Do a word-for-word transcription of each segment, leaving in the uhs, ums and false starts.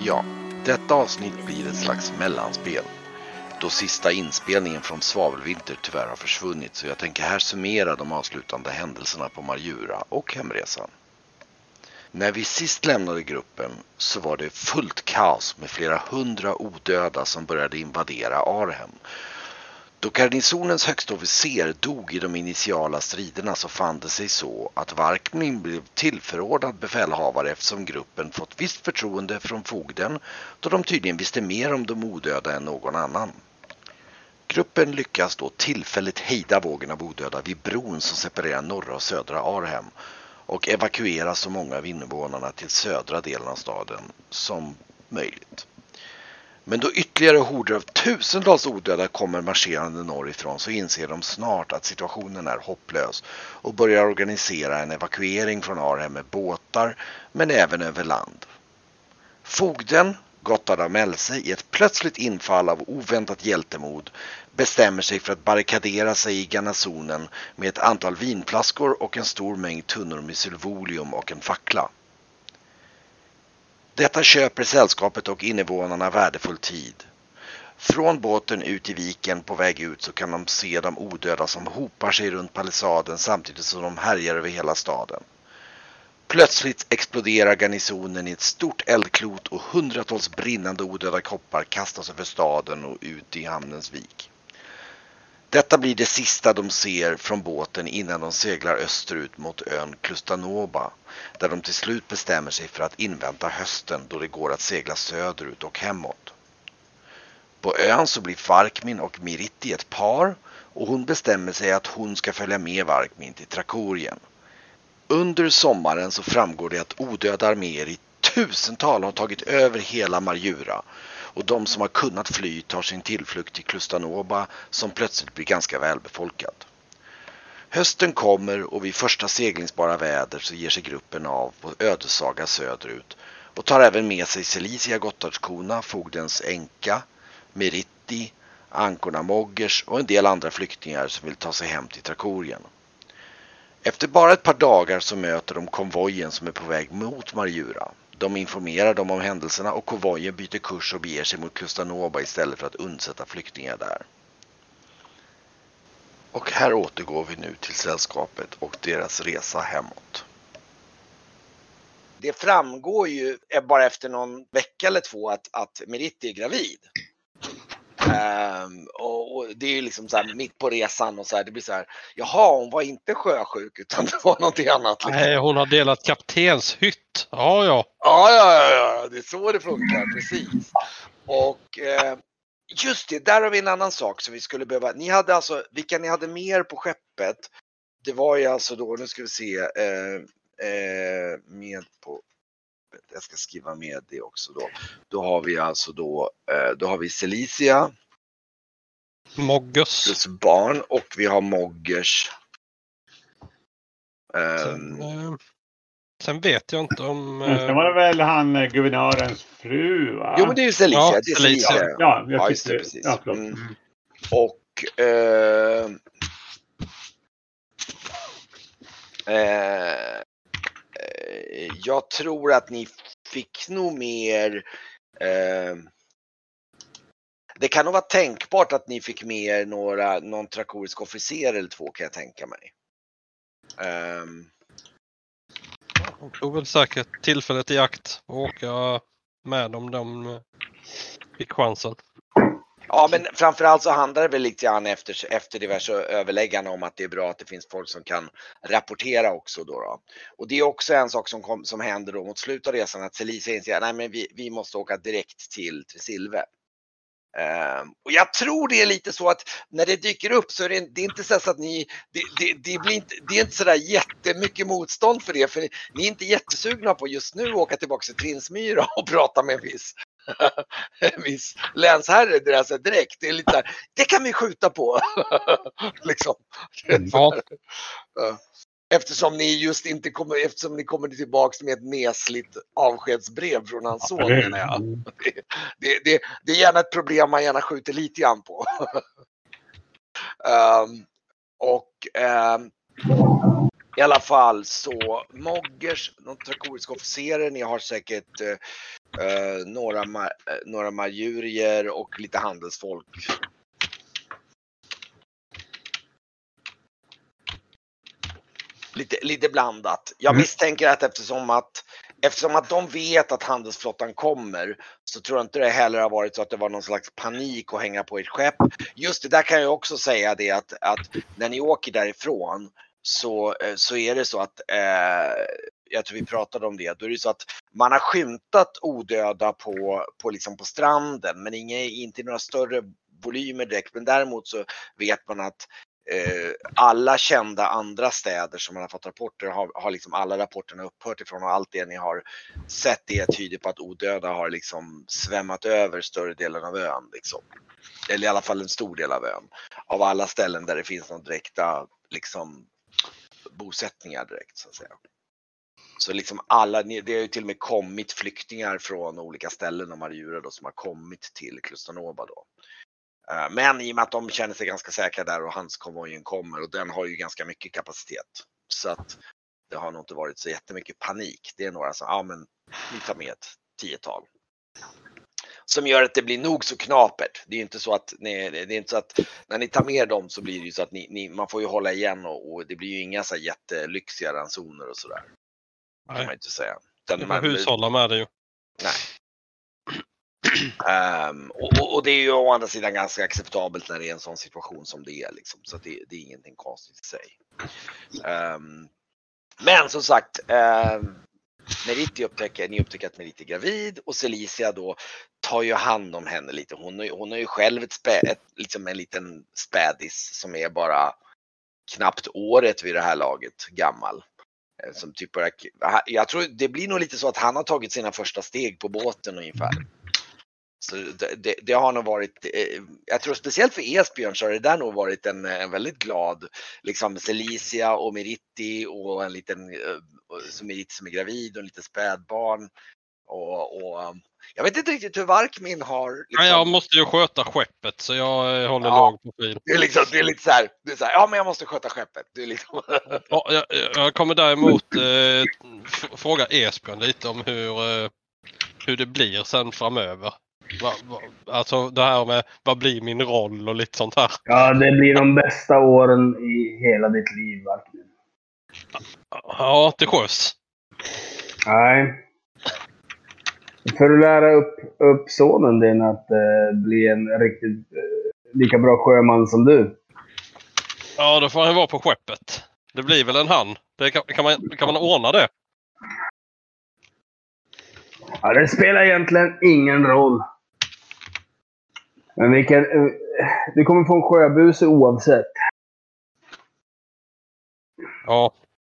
Ja, detta avsnitt blir ett slags mellanspel. Då sista inspelningen från Svavelvinter tyvärr har försvunnit, så jag tänker här summera de avslutande händelserna på Marjura och hemresan. När vi sist lämnade gruppen så var det fullt kaos med flera hundra odöda som började invadera Arhem. Då garnisonens högsta officer dog i de initiala striderna så fann det sig så att Varkmin blev tillförordnad befälhavare eftersom gruppen fått visst förtroende från fogden, då de tydligen visste mer om de odöda än någon annan. Gruppen lyckas då tillfälligt hejda vågen av odöda vid bron som separerar norra och södra Arhem och evakuera så många av invånarna till södra delen av staden som möjligt. Men då ytterligare horder av tusentals odöda kommer marscherande norrifrån så inser de snart att situationen är hopplös och börjar organisera en evakuering från Arhem med båtar men även över land. Fogden, Gotthard av Melse, i ett plötsligt infall av oväntat hjältemod bestämmer sig för att barrikadera sig i garnisonen med ett antal vinflaskor och en stor mängd tunnor med sylvolium och en fackla. Detta köper sällskapet och invånarna värdefull tid. Från båten ut i viken på väg ut så kan de se de odöda som hopar sig runt palissaden samtidigt som de härjar över hela staden. Plötsligt exploderar garnisonen i ett stort eldklot och hundratals brinnande odöda koppar kastas över staden och ut i hamnens vik. Detta blir det sista de ser från båten innan de seglar österut mot ön Klustanoba, där de till slut bestämmer sig för att invänta hösten då det går att segla söderut och hemåt. På ön så blir Varkmin och Miritti ett par och hon bestämmer sig att hon ska följa med Varkmin till Trakorien. Under sommaren så framgår det att odöda arméer i tusental har tagit över hela Marjura och de som har kunnat fly tar sin tillflykt till Klustanoba som plötsligt blir ganska välbefolkad. Hösten kommer och vid första seglingsbara väder så ger sig gruppen av på ödesaga söderut och tar även med sig Celicia Gotthardskona, fogdens änka, Miritti, ankorna Moggers och en del andra flyktingar som vill ta sig hem till Trakorien. Efter bara ett par dagar så möter de konvojen som är på väg mot Marjura. De informerar dem om händelserna och konvojen byter kurs och beger sig mot Klustanoba istället för att undsätta flyktingar där. Och här återgår vi nu till sällskapet och deras resa hemåt. Det framgår ju bara efter någon vecka eller två att, att Miritti är gravid. Um, och, och det är ju liksom så här mitt på resan och så här, det blir så här, jaha, hon var inte sjösjuk utan det var någonting annat. Liksom. Nej, hon har delat kaptenshytt. Ja, ja. Ja, ja, ja, det är så det funkar, precis. Och eh, just det, där har vi en annan sak som vi skulle behöva. Ni hade alltså, vilka ni hade mer på skeppet, det var ju alltså då, nu ska vi se, eh, eh, med på, jag ska skriva med det också då. Då har vi alltså då, eh, då har vi Celicia. Moggers. Plus barn och vi har Moggers. Sen, eh, sen vet jag inte om... Eh... Sen var det väl han eh, guvernörens fru, va? Jo, men det är ju Celicia. Ja, det är Celicia. Celicia. Ja, jag ja, just det, precis. Ja, mm. Och... Eh, eh, jag tror att ni fick nog mer... Eh, det kan nog vara tänkbart att ni fick med några, någon trakorisk officer eller två, kan jag tänka mig. Um, de tog väl säkert tillfället i akt och åka med om de fick chansen. Ja, men framförallt så handlar det väl lite grann efter, efter diverse överläggande om att det är bra att det finns folk som kan rapportera också då. då. Och det är också en sak som, kom, som händer då mot slutet av resan, att Celicia inser att nej, men vi, vi måste åka direkt till Tresilve. Um, och jag tror det är lite så att när det dyker upp så är det, det är inte så att ni det, det, det blir inte, det är inte så där jättemycket motstånd för det, för ni, ni är inte jättesugna på just nu att åka tillbaka till Trinsmyra och prata med en viss en viss länsherre där direkt. Det är lite där, det kan vi skjuta på liksom. Ja. Eftersom ni just inte kommer, eftersom ni kommer tillbaka med ett nesligt avskedsbrev från hans son, menar jag. Det, det, det, det är gärna ett problem man gärna skjuter lite grann på. um, och um, i alla fall så Moggers, de trakoriska officerer, ni har säkert uh, eh, några, ma- eh, några majurier och lite handelsfolk. Lite, lite blandat. Jag Mm. misstänker att eftersom att eftersom att de vet att handelsflottan kommer, så tror jag inte det heller har varit så att det var någon slags panik att hänga på ett skepp. Just det där kan jag också säga det att, att när ni åker därifrån så, eh, så är det så att eh, jag tror vi pratade om det. Då är det så att man har skymtat odöda på, på, liksom på stranden, men inga, inte i några större volymer direkt. Men däremot så vet man att Eh, alla kända andra städer som man har fått rapporter har, har liksom alla rapporterna upphört ifrån, och allt det ni har sett det tyder på att odöda har liksom svämmat över större delen av ön liksom. Eller i alla fall en stor del av ön, av alla ställen där det finns någon direkta liksom bosättningar direkt så att säga. Så liksom alla, det har ju till och med kommit flyktingar från olika ställen och Mariura då som har kommit till Klustanova då. Men i och med att de känner sig ganska säkra där och handelskonvojen kommer, och den har ju ganska mycket kapacitet, så att det har nog inte varit så jättemycket panik. Det är några som, ja men vi tar med ett tiotal. Som gör att det blir nog så knapert. Det är ju inte så att, nej, det är inte så att när ni tar med dem så blir det ju så att ni, ni, man får ju hålla igen och, och det blir ju inga så här jättelyxiga ransoner och sådär. Kan man inte säga. Det var hushålla med det ju. Nej. Um, och, och det är ju å andra sidan ganska acceptabelt när det är en sån situation som det är liksom. Så att det, det är ingenting konstigt i sig. Um, men som sagt, um, Meritti upptäcker, ni upptäcker att Meritti är gravid, och Celicia då tar ju hand om henne lite. Hon, hon är ju själv ett, spä, ett liksom en liten spädis som är bara knappt året vid det här laget gammal. Som typ bara, jag tror det blir nog lite så att han har tagit sina första steg på båten ungefär. Så det, det, det har nog varit, eh, jag tror speciellt för Esbjörn så har det där nog varit en, en väldigt glad, liksom Celicia och Meritti och en liten, eh, som Meritti som är gravid och en liten spädbarn. Och, och jag vet inte riktigt hur Varkmin har. Liksom... Ja, jag måste ju sköta skeppet så jag håller ja, låg profil. Det är liksom, det är lite så här, det är så här, ja men jag måste sköta skeppet. Det är liksom... ja, jag, jag kommer däremot eh, f- fråga Esbjörn lite om hur, eh, hur det blir sen framöver. Va, va, alltså det här med vad blir min roll och lite sånt här. Ja, det blir de bästa åren i hela ditt liv, verkligen. Ja, till sjöss. Nej. För att lära upp, upp sonen din att eh, bli en riktigt eh, lika bra sjöman som du. Ja, då får han vara på skeppet. Det blir väl en han. Det kan, kan, man, kan man ordna det? Ja, det spelar egentligen ingen roll. Men vi kan, eh, du kommer få en sjöbuse oavsett. Ja.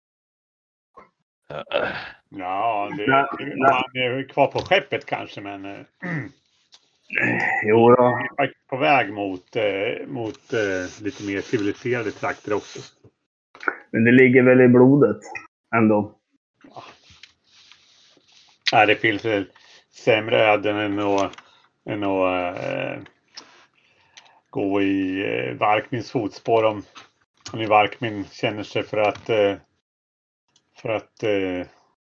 Ja, det, man är kvar på skeppet kanske, men äh, Jo då. är faktiskt på väg mot, äh, mot äh, lite mer civiliserade trakter också. Men det ligger väl i blodet ändå. Ja, det finns väl sämre öden än att, än att äh, gå i äh, Varkmins fotspår om, om Varkmin känner sig för att äh, för att äh,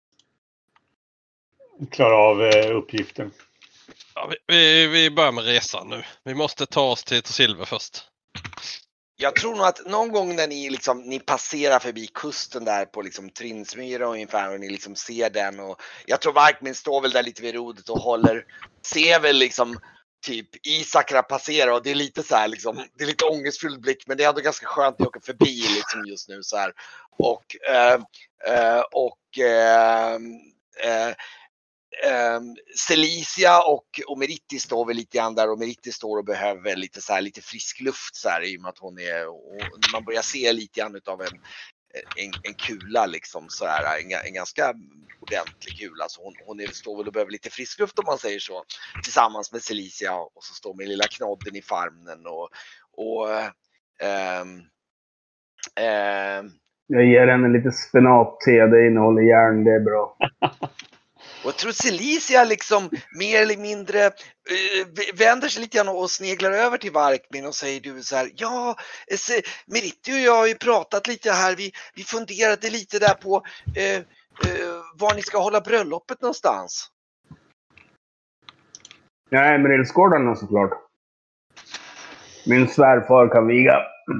klara av äh, uppgiften. Ja, vi, vi, vi börjar med resan nu. Vi måste ta oss till Silver först. Jag tror nog att någon gång när ni liksom, ni passerar förbi kusten där på liksom Trinsmyra ungefär och ni liksom ser den, och jag tror Varkmin står väl där lite vid rodet och håller, ser väl liksom typ Isakra passera, och det är lite så här liksom, det är lite ångestfylld blick, men det är ändå ganska skönt att åka förbi liksom just nu så här. Och eh, eh, och eh, eh, Um, Celicia och, och Meritti står väl lite grann där, och Meritti står och behöver lite så här, lite frisk luft så här, i och med att hon är, och man börjar se lite grann utav en, en, en kula liksom så här, en, en ganska ordentlig kula, så hon, hon är, står väl och behöver lite frisk luft om man säger så, tillsammans med Celicia, och så står med lilla knodden i farmen och, och um, um, Jag ger henne lite spenat-te, det innehåller järn, det är bra. Och jag tror Celicia liksom mer eller mindre eh, vänder sig lite grann och sneglar över till Varkmin och säger du så här, ja, se, Meritti och jag har ju pratat lite här, vi, vi funderade lite där på eh, eh, var ni ska hålla bröllopet någonstans. Nej, men Edsgårdarna såklart. Min svärfar kan viga.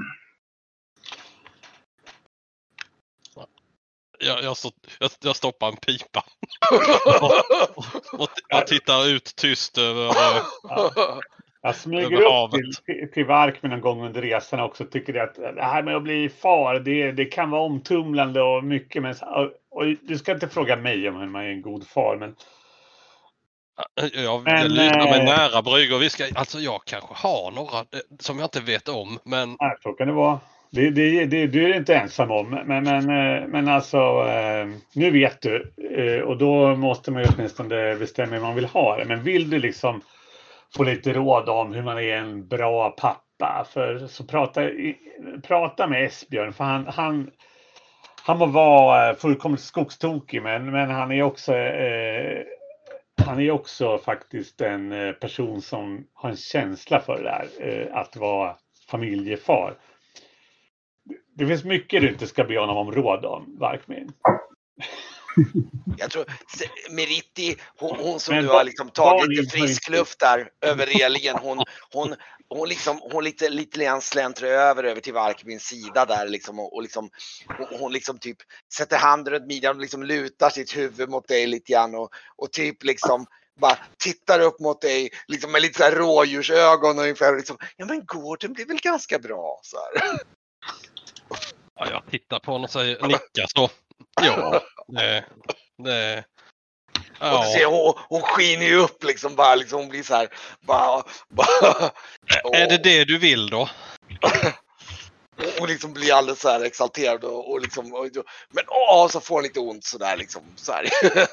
Jag, jag, stå, jag, jag stoppar en pipa. och, och, och tittar ut tyst över, Ja. Jag smyger över upp havet. till, till Varkmin någon gång under resan också. Tycker att det här med att bli far, det, det kan vara omtumlande och mycket. Men, och, och du ska inte fråga mig om man är en god far, men... Jag, men, jag lutar mig äh, nära Brygger. Vi ska, alltså jag kanske har några som jag inte vet om, men... Nej, så kan det vara. Det, det, det, du är inte ensam om, men, men, men alltså nu vet du och då måste man ju åtminstone bestämma hur man vill ha det. Men vill du liksom få lite råd om hur man är en bra pappa, för så prata, prata med Esbjörn, för han, han, han må vara fullkomligt skogstokig, men, men han är också eh, han är också faktiskt en person som har en känsla för det där, eh, att vara familjefar. Det finns mycket du inte ska be honom om råd om, Varkmin. Jag tror Meritti, hon, hon som Men nu har liksom tagit barn lite frisk luft där över relingen, hon, hon, hon liksom, hon lite, lite grann släntrar över över till Varkmins sida där liksom och, och liksom, hon, hon liksom typ sätter handen runt midjan och liksom lutar sitt huvud mot dig lite grann och, och typ liksom bara tittar upp mot dig liksom med lite så här rådjursögon och ungefär liksom, ja men gården blir väl ganska bra så här. Ja, jag tittar på honom och säger, nickar så. Ja, det... det ja. Och du ser, hon, hon skiner ju upp liksom bara, liksom, hon blir så här, bara, bara är det det du vill då? Hon liksom blir alldeles så här exalterad och, och liksom, och, men åh, så får hon lite ont så där liksom, så här.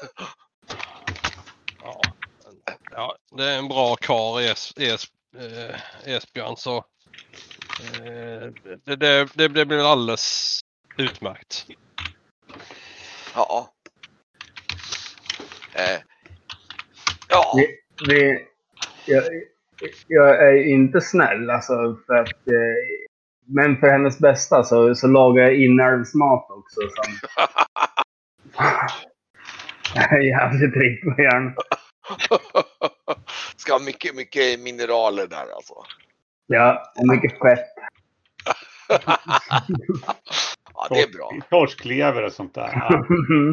Ja. Ja, det är en bra kar i es, es, eh, Esbjörn, så eh, det, det, det, det blir alldeles utmärkt. Ja. Eh. Ja. Vi, vi, jag, jag är inte snäll, alltså, för att, eh, men för hennes bästa så, så lagar jag inälvsmat också. Som, jag är jävligt rik på hjärnan. Ska ha mycket, mycket mineraler där alltså. Ja, och mycket fett. Ja, det är bra. Torsklever och sånt där. Ja.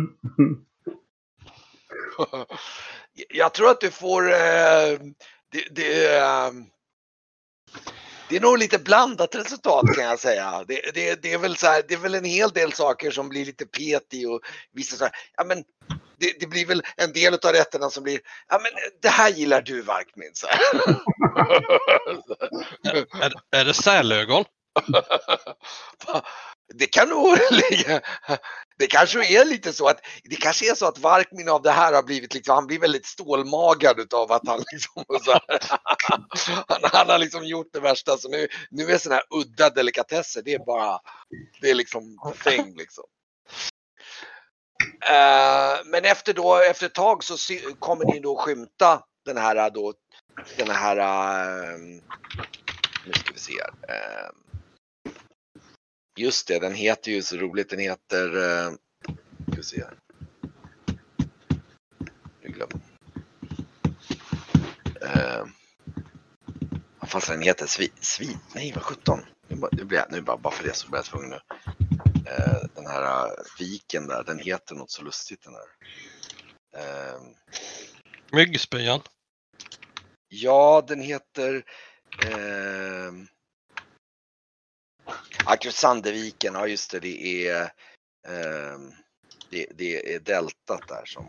Jag tror att du får eh, det, det, eh, det är nog lite blandat resultat kan jag säga. Det, det, det, är väl så här, det är väl en hel del saker som blir lite petig och vissa så här, ja men det, det blir väl en del av rätterna som blir, ja men det här gillar du Varkmin så här. är, är det sälögon? Det kan nog ligga. Det kanske är lite så att det kanske är så att Varkmin av det här har blivit liksom, han blir väldigt stålmagad utav att han liksom så här, han, han har liksom gjort det värsta, så nu, nu är såna här udda delikatesser, det är bara, det är liksom thing liksom. Uh, men efter då, efter ett tag så sy- kommer ni då skymta den här då, den här uh, nu ska vi se här. Uh, Just det, den heter ju så roligt, den heter, uh, ska vi se här. Nu glömde. Uh, fast den heter Svin, Svin, nej vad sjutton. Nu, nu blir jag, nu bara, bara för det så blir jag tvungen nu. Uh, den här uh, viken där, den heter något så lustigt den här. Uh, Myggspyan. Ja, den heter uh, Akrosandviken, ja just det, det är eh, det, det är deltat där som.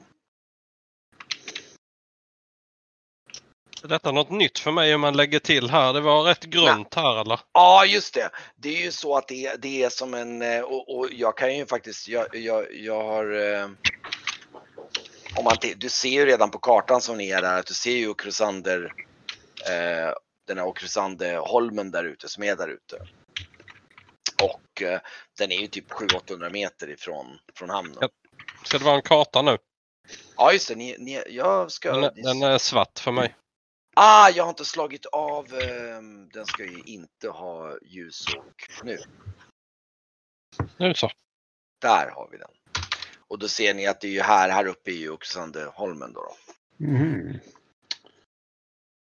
Är detta något nytt för mig om man lägger till här? Det var rätt grunt här eller? Ja just det, det är ju så att det, det är som en, och, och jag kan ju faktiskt, jag, jag, jag har eh, om man, du ser ju redan på kartan som ni är där att du ser ju Okrusander, eh, den här Okrusanderholmen där ute som är där ute. Och eh, den är ju typ sju till åttahundra meter ifrån från hamnen. Ja. Ska det vara en karta nu? Ja just det, ni, ni, jag ska... Den är, den är svart för mig. Ah, jag har inte slagit av, eh, den ska ju inte ha ljus och nu. Nu så. Där har vi den. Och då ser ni att det är ju här, här uppe är ju Okrusanderholmen då. då. Mm.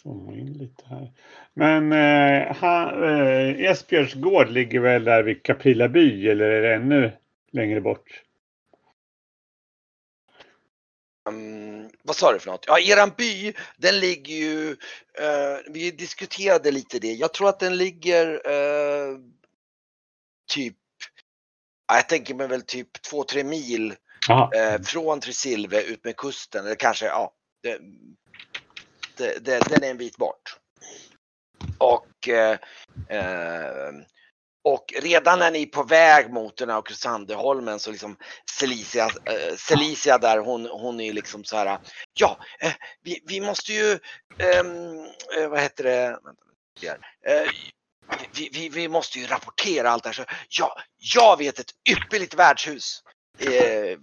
zooma in lite här. Men eh, han, eh, Esbjörns gård ligger väl där vid Kapila by, eller är det ännu längre bort? Um, vad sa du för något? Ja, eran by, den ligger ju, uh, vi diskuterade lite det. Jag tror att den ligger uh, typ, jag tänker mig väl typ två, tre mil uh, från Tresilve ut med kusten. Eller kanske, ja, det, det, det, den är en bit bort. Och uh, uh, Och redan när ni är på väg mot den här Krusanderholmen så liksom Celicia, äh, Celicia där, hon, hon är liksom så här, ja, äh, vi, vi måste ju, äh, vad heter det, äh, vi, vi, vi måste ju rapportera allt det här. Så, ja, jag vet ett ypperligt värdshus äh,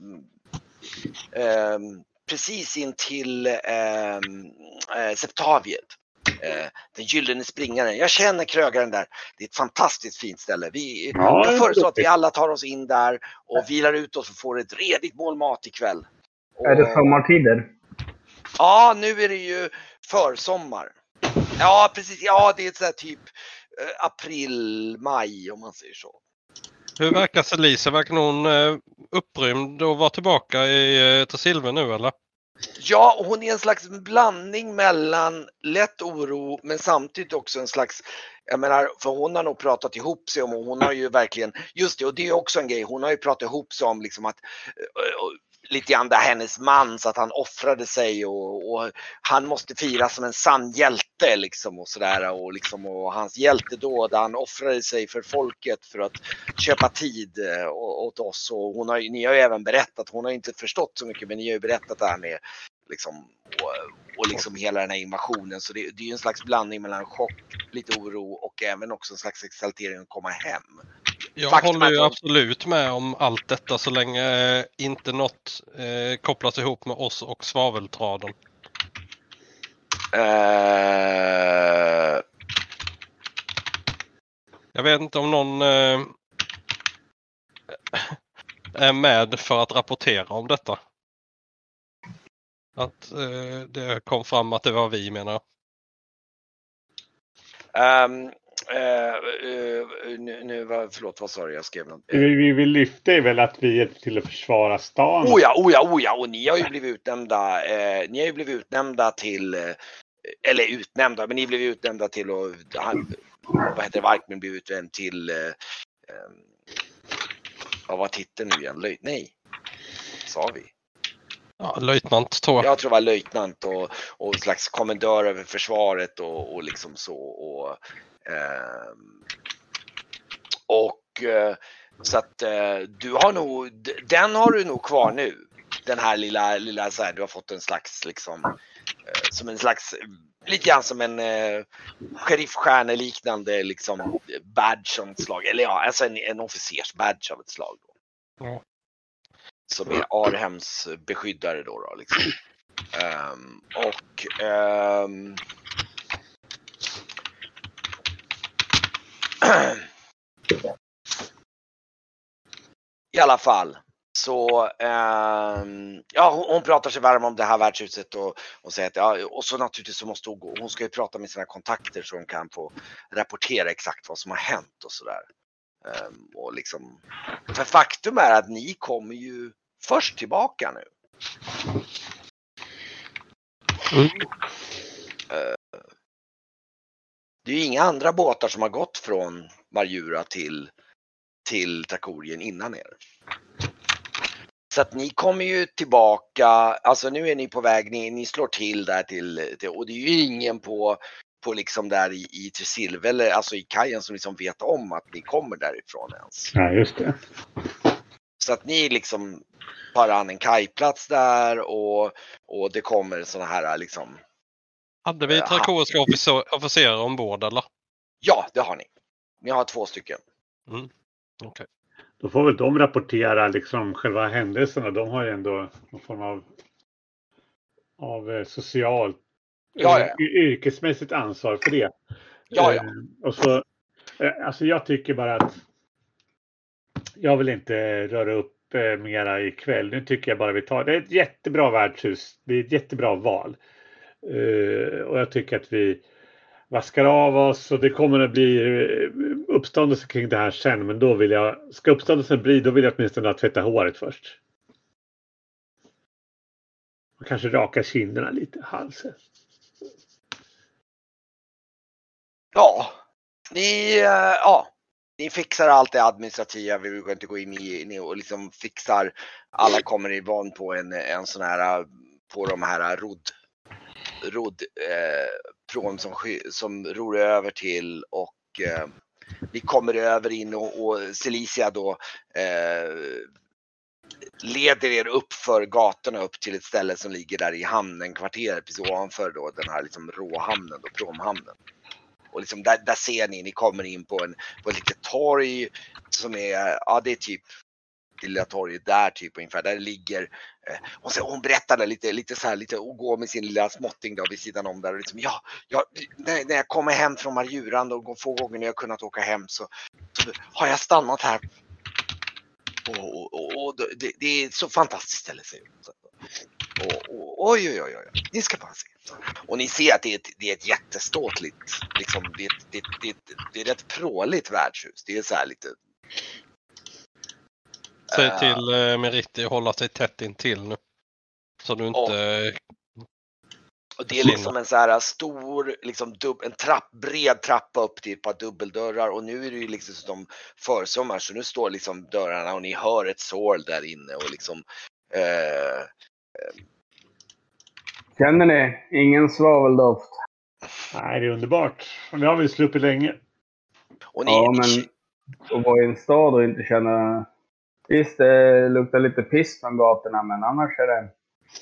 äh, precis in till äh, äh, Septaviet. Den gyllene springaren. Jag känner krögaren där. Det är ett fantastiskt fint ställe. Vi, ja, jag föreslår att vi alla tar oss in där och vilar ut oss och får ett redigt mål mat ikväll. Och, är det sommartider? Ja, nu är det ju försommar. Ja, precis. Ja, det är så här typ eh, april, maj om man säger så. Hur verkar Celicia? Verkar hon eh, upprymd och vara tillbaka i eh, Tresilve nu eller? Ja, och hon är en slags blandning mellan lätt oro men samtidigt också en slags, jag menar, för hon har nog pratat ihop sig om, och hon har ju verkligen, just det, och det är också en grej, hon har ju pratat ihop sig om liksom att uh, lite grann där hennes man, så att han offrade sig och, och han måste firas som en sann hjälte liksom och sådär, och liksom, och hans hjältedåd, han offrade sig för folket för att köpa tid uh, åt oss, och hon har, ni har ju även berättat, hon har inte förstått så mycket, men ni har ju berättat det här med liksom, och, och liksom hela den här invasionen, så det, det är ju en slags blandning mellan chock, lite oro och även också en slags exaltering att komma hem. Jag Faktum håller ju hon... absolut med om allt detta så länge eh, inte något eh, kopplas ihop med oss och svaveltraden. Uh... Jag vet inte om någon eh, är med för att rapportera om detta. Att eh, det kom fram att det var vi, menar jag. Um... Uh, uh, nu, nu var, förlåt, vad sa du? Jag skrev något. Vi, vi vill lyfta är väl att vi är till att försvara stan. Oh ja, oh ja, oh ja, och ni har ju blivit utnämnda, eh, ni har ju blivit utnämnda till, eh, eller utnämnda, men ni blev utnämnda till, och han, vad heter det, Varkmin blev utnämnd till, eh, eh, vad var titeln nu igen? Löjt, nej, sa vi. Ja, löjtnant tror jag. Jag tror det var löjtnant och, och en slags kommendör över försvaret och, och liksom så, och Uh, och uh, så att uh, du har nog, den har du nog kvar nu, den här lilla, lilla så här, du har fått en slags liksom uh, som en slags, lite grann som en uh, sheriffstjärneliknande liksom badge av ett slag, eller ja, alltså en, en officers badge av ett slag då. Ja. Som är Arhems beskyddare då, då liksom. um, och um, i alla fall så eh, ja, hon, hon pratar sig varm om det här värdshuset och, och säger att ja, och så naturligtvis så måste hon gå, hon ska ju prata med sina kontakter så hon kan få rapportera exakt vad som har hänt och sådär. Eh, och liksom, för faktum är att ni kommer ju först tillbaka nu. Mm. Eh, det är ju inga andra båtar som har gått från Marjura till, till Trakorien innan er. Så att ni kommer ju tillbaka, alltså nu är ni på väg, ni, ni slår till där till, till, och det är ju ingen på, på liksom där i, i Tresilve, eller alltså i kajen som liksom vet om att ni kommer därifrån ens. Ja, just det. Så att ni liksom tar an en kajplats där och, och det kommer såna här liksom. Hade vi trakoriska officer, officerare ombord eller? Ja, det har ni. Ni har två stycken. Mm. Okay. Då får väl de rapportera liksom själva händelserna. De har ju ändå någon form av, av social, ja, ja. yrkesmässigt ansvar för det. Ja, ja. Eh, och så, eh, alltså jag tycker bara att jag vill inte röra upp eh, mera ikväll. Nu tycker jag bara vi tar, det är ett jättebra värdshus. Det är ett jättebra val. Uh, och jag tycker att vi vaskar av oss och det kommer att bli uppståndelse kring det här sen. Men då vill jag, ska uppståndelsen bli, då vill jag åtminstone tvätta håret först. Och kanske raka kinderna lite, halsen. Ja, ni, uh, ja, ni fixar allt det administrativa. Vi brukar inte gå in i, in i och liksom fixar. Alla kommer i van på en, en sån här, på de här rodd, rodd eh, pråm som, som ror över till och eh, vi kommer över in och, och Celicia då eh, leder er upp för gatorna upp till ett ställe som ligger där i hamnen kvarteret precis ovanför då den här liksom råhamnen då, promhamnen. Och liksom där, där ser ni, ni kommer in på en på ett litet torg som är, ja det är typ det lilla torget där typ ungefär, där ligger eh, och så hon berättade lite lite så här lite och går med sin lilla småtting då vid sidan om där och liksom ja, ja när, när jag kommer hem från Marjuran och få gånger när jag kunnat åka hem så, så har jag stannat här och, och, och, och det, det är så fantastiskt ställe säger hon. Och, och, oj, oj, oj, oj, ni ska bara se. Och ni ser att det är ett, det är ett jätteståtligt, liksom, det, är, det, det, det är ett pråligt värdshus. Det är så här lite... Säg till uh, Meritti att hålla sig tätt in till nu. Så du inte... Och, och det är liksom en så här stor, liksom dub, en trapp, bred trappa upp till ett par dubbeldörrar. Och nu är det ju liksom som försommar, så nu står liksom dörrarna och ni hör ett sorl där inne och liksom... Uh, uh, Känner ni? Ingen svaveldoft. Nej, det är underbart. Vi har väl sluppit länge. Och ni, ja, men att vara i en stad och inte känna... Visst, det luktar lite piss från gatorna, men annars är det...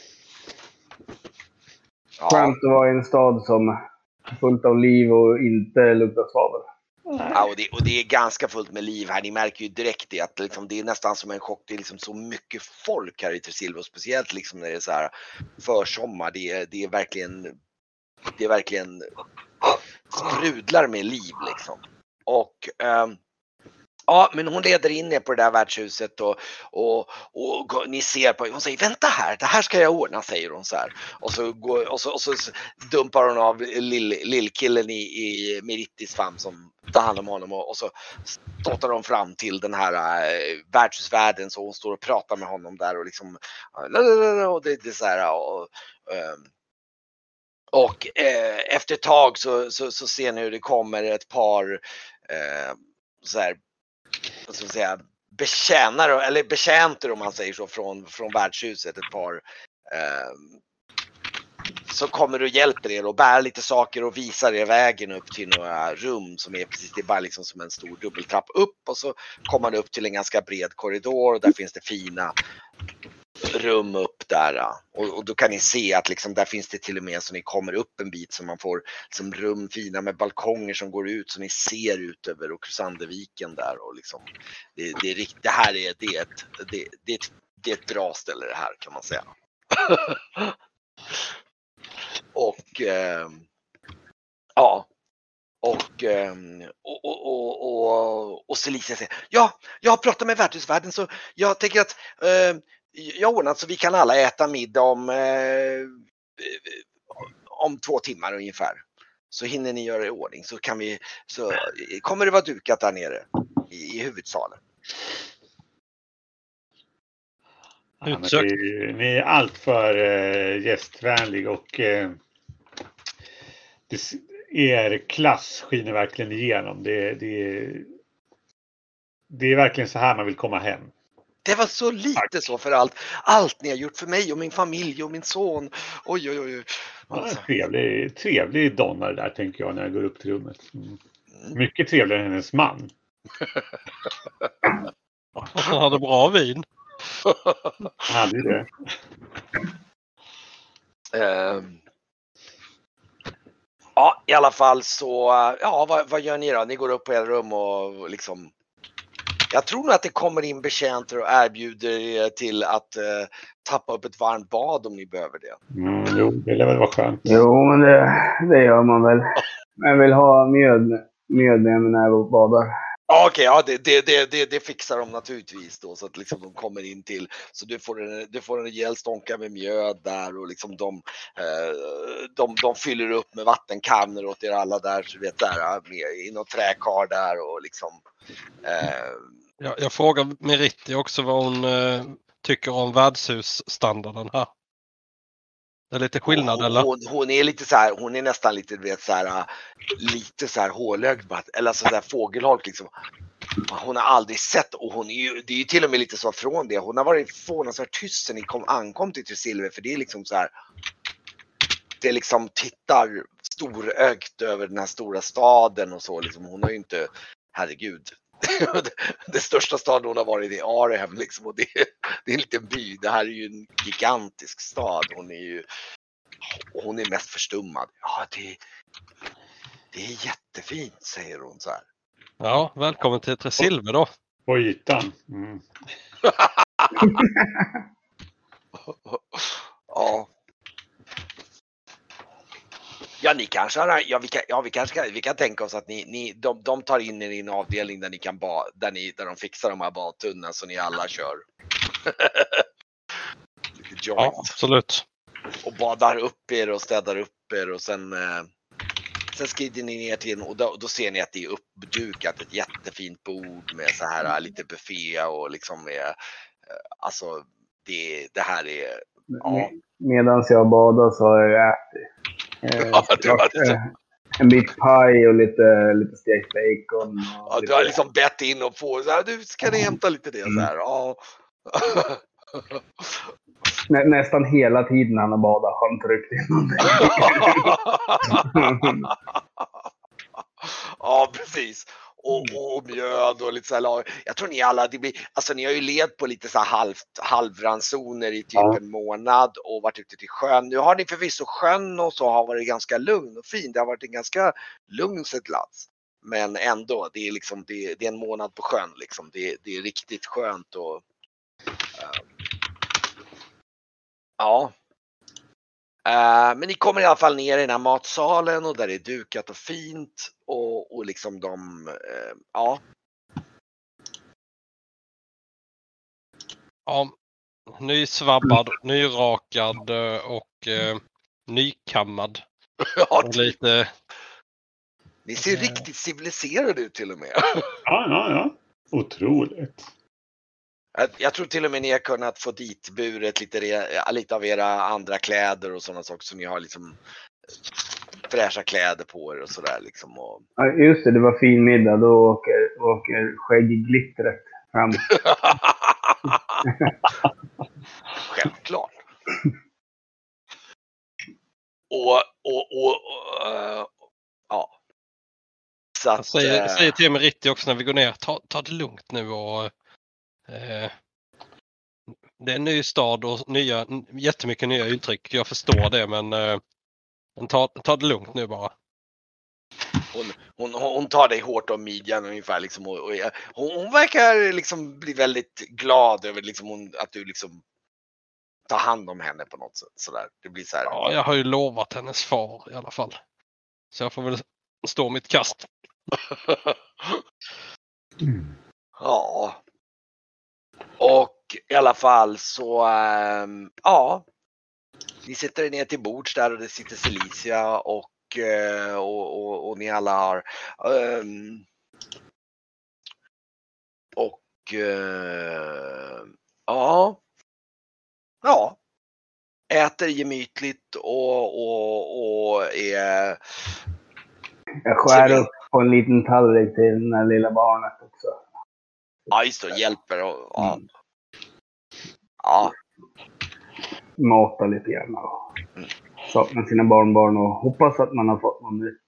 ja. Skönt att vara i en stad som är fullt av liv och inte luktar svavel. Ja, och det, och det är ganska fullt med liv här. Ni märker ju direkt det att liksom, det är nästan som en chock. Det är liksom så mycket folk här i Tresilva, speciellt liksom när det är så här försommar. Det är, det är verkligen det är verkligen sprudlar med liv liksom. Och um, ja, men hon leder in er på det där värdshuset och, och, och, och ni ser på, hon säger vänta här, det här ska jag ordna, säger hon så här. Och så, går, och så, och så dumpar hon av lill, lillkillen i, i Merittis famn som tar hand om honom och, och så ståtar de fram till den här äh, värdshusvärden så hon står och pratar med honom där och liksom och det, det är så här och, äh, och äh, efter ett tag så, så, så ser ni hur det kommer ett par äh, så här vad ska man säga, betjänare eller betjänter om man säger så från, från värdshuset, ett par eh, så kommer och hjälper er och bär lite saker och visar er vägen upp till några rum som är precis, det är bara liksom som en stor dubbeltrapp upp och så kommer man upp till en ganska bred korridor och där finns det fina rum upp där och, och då kan ni se att liksom där finns det till och med så ni kommer upp en bit så man får liksom rum fina med balkonger som går ut så ni ser ut över Okrusanderviken där och liksom det, det är riktigt, det här är det är ett det, det, är ett, det är ett bra ställe det här kan man säga. och eh, ja och eh, och och och och, och Celicia säger ja, jag har pratat med värdshusvärden så jag tänker att eh, jag har ordnat så vi kan alla äta middag om, eh, om två timmar ungefär. Så hinner ni göra i ordning så kan vi, så kommer det vara dukat där nere i, i huvudsalen. Ja, men det är, ni är allt för eh, gästvänlig och eh, det, er klass skiner verkligen igenom. Det, det, det är verkligen så här man vill komma hem. Det var så lite Tack. Så för allt. Allt ni har gjort för mig och min familj och min son. Oj, oj, oj. Alltså. Ja, trevlig, trevlig donna där tänker jag när jag går upp till rummet. Mm. Mycket trevligare än hennes man. Han hade bra vin. Han hade det. Um, ja, i alla fall så, ja, vad, vad gör ni då? Ni går upp på era rum och liksom... Jag tror nog att det kommer in betjänter och erbjuder er till att uh, tappa upp ett varmt bad om ni behöver det. Mm, jo, det lär väl vara skönt. Jo, men det, det gör man väl. Jag vill ha mjöd, mjöd med mig när jag badar. Ja, okej, ja, det, det, det, det, det fixar de naturligtvis då så att liksom de kommer in till. Så du får en, du får en rejäl stånka med mjöd där och liksom de, eh, de, de fyller upp med vattenkannor åt er alla där. Så du vet där, med, i någon träkar där och liksom. Eh, Jag, jag frågar Meritti också vad hon eh, tycker om värdshusstandarden här. Det är lite skillnad hon, eller? hon, hon är lite så här, hon är nästan lite, du vet så här, lite så här hålögd, eller så där fågelholk liksom. Hon har aldrig sett, och hon är ju, det är ju till och med lite så från det. Hon har varit förvånansvärt tyst sen ni kom, ankom till Tresilver, för det är liksom så här. Det liksom tittar storögt över den här stora staden och så liksom. Hon har ju inte, herregud. Det största staden hon har varit i Arnhem liksom, och det, det är en liten by. Det här är ju en gigantisk stad. Hon är ju, hon är mest förstummad. Ja, det, det är jättefint, säger hon så här. Ja, välkommen till Tresilver då. På ytan. Mm. Ja. Ja, ni kanske har, ja, vi kan, ja, vi kanske kan, vi kan tänka oss att ni, ni de, de tar in er i en avdelning där ni kan ba, där ni, där de fixar de här badtunnorna så ni alla kör. Lite joint. Ja, absolut. Och badar upp er och städar upp er och sen eh, sen skrider ni ner till en, och då, då ser ni att det är uppdukat ett jättefint bord med så här lite buffé och liksom med, eh, alltså det, det här är, ja. Medan jag badar så har jag ätit. Eh, Ja, du har liksom, en bit paj och lite, lite stekt bacon. Och ja, lite... du har liksom bett in och få så här, du ska ni hämta lite det så här. Ja. Nä, nästan hela tiden han har badat har han tryckt in någonting. Ja, precis. Och, och mjöd och lite så här. Jag tror ni alla, det blir, alltså ni har ju levt på lite så här halvt, halvransoner i typ Ja. en månad och varit ute till sjön. Nu har ni förvisso sjön och så har varit ganska lugn och fin. Det har varit en ganska lugn seglats. Men ändå, det är liksom, det, det är en månad på sjön liksom. Det, det är riktigt skönt och uh, ja. Uh, men ni kommer i alla fall ner i den här matsalen och där det är dukat och fint och, och liksom de, uh, ja. Ja, nysvabbad, nyrakad eh, och eh, nykammad. Ja, Och lite... ni ser uh, riktigt civiliserade ut till och med. Ja, ja, ja. Otroligt. Jag, jag tror till och med ni har kunnat få dit buret lite, re, lite av era andra kläder och sådana saker, så ni har liksom fräscha kläder på er och sådär liksom. Och... Ja, just det, det var fin middag. Då åker, åker skäggglittret fram. Självklart. Och, och, och, och uh, ja. Så att, jag säger, uh, säger till Meritti också när vi går ner, ta, ta det lugnt nu och eh, det är en ny stad och nya, jättemycket nya uttryck. Jag förstår det, men eh, ta, ta det lugnt nu bara. Hon, hon, hon tar dig hårt om midjan ungefär liksom, och, och hon, hon verkar liksom bli väldigt glad över liksom hon, att du liksom tar hand om henne på något sätt sådär. Det blir så här. Ja, jag har ju lovat hennes far i alla fall. Så jag får väl stå mitt kast. Mm. Ja. Och i alla fall så ähm, ja. Ni sitter er ner till bords där och det sitter Celicia och Och, och, och ni alla har um, och uh, ja ja äter gemytligt och, och, och är Jag skär upp på en liten tallrik till det här lilla barnet också. Ja, just det, hjälper och ja. Mm. Ja. Mata lite grann och mm. saknar sina barnbarn och hoppas att man har fått någon nytt.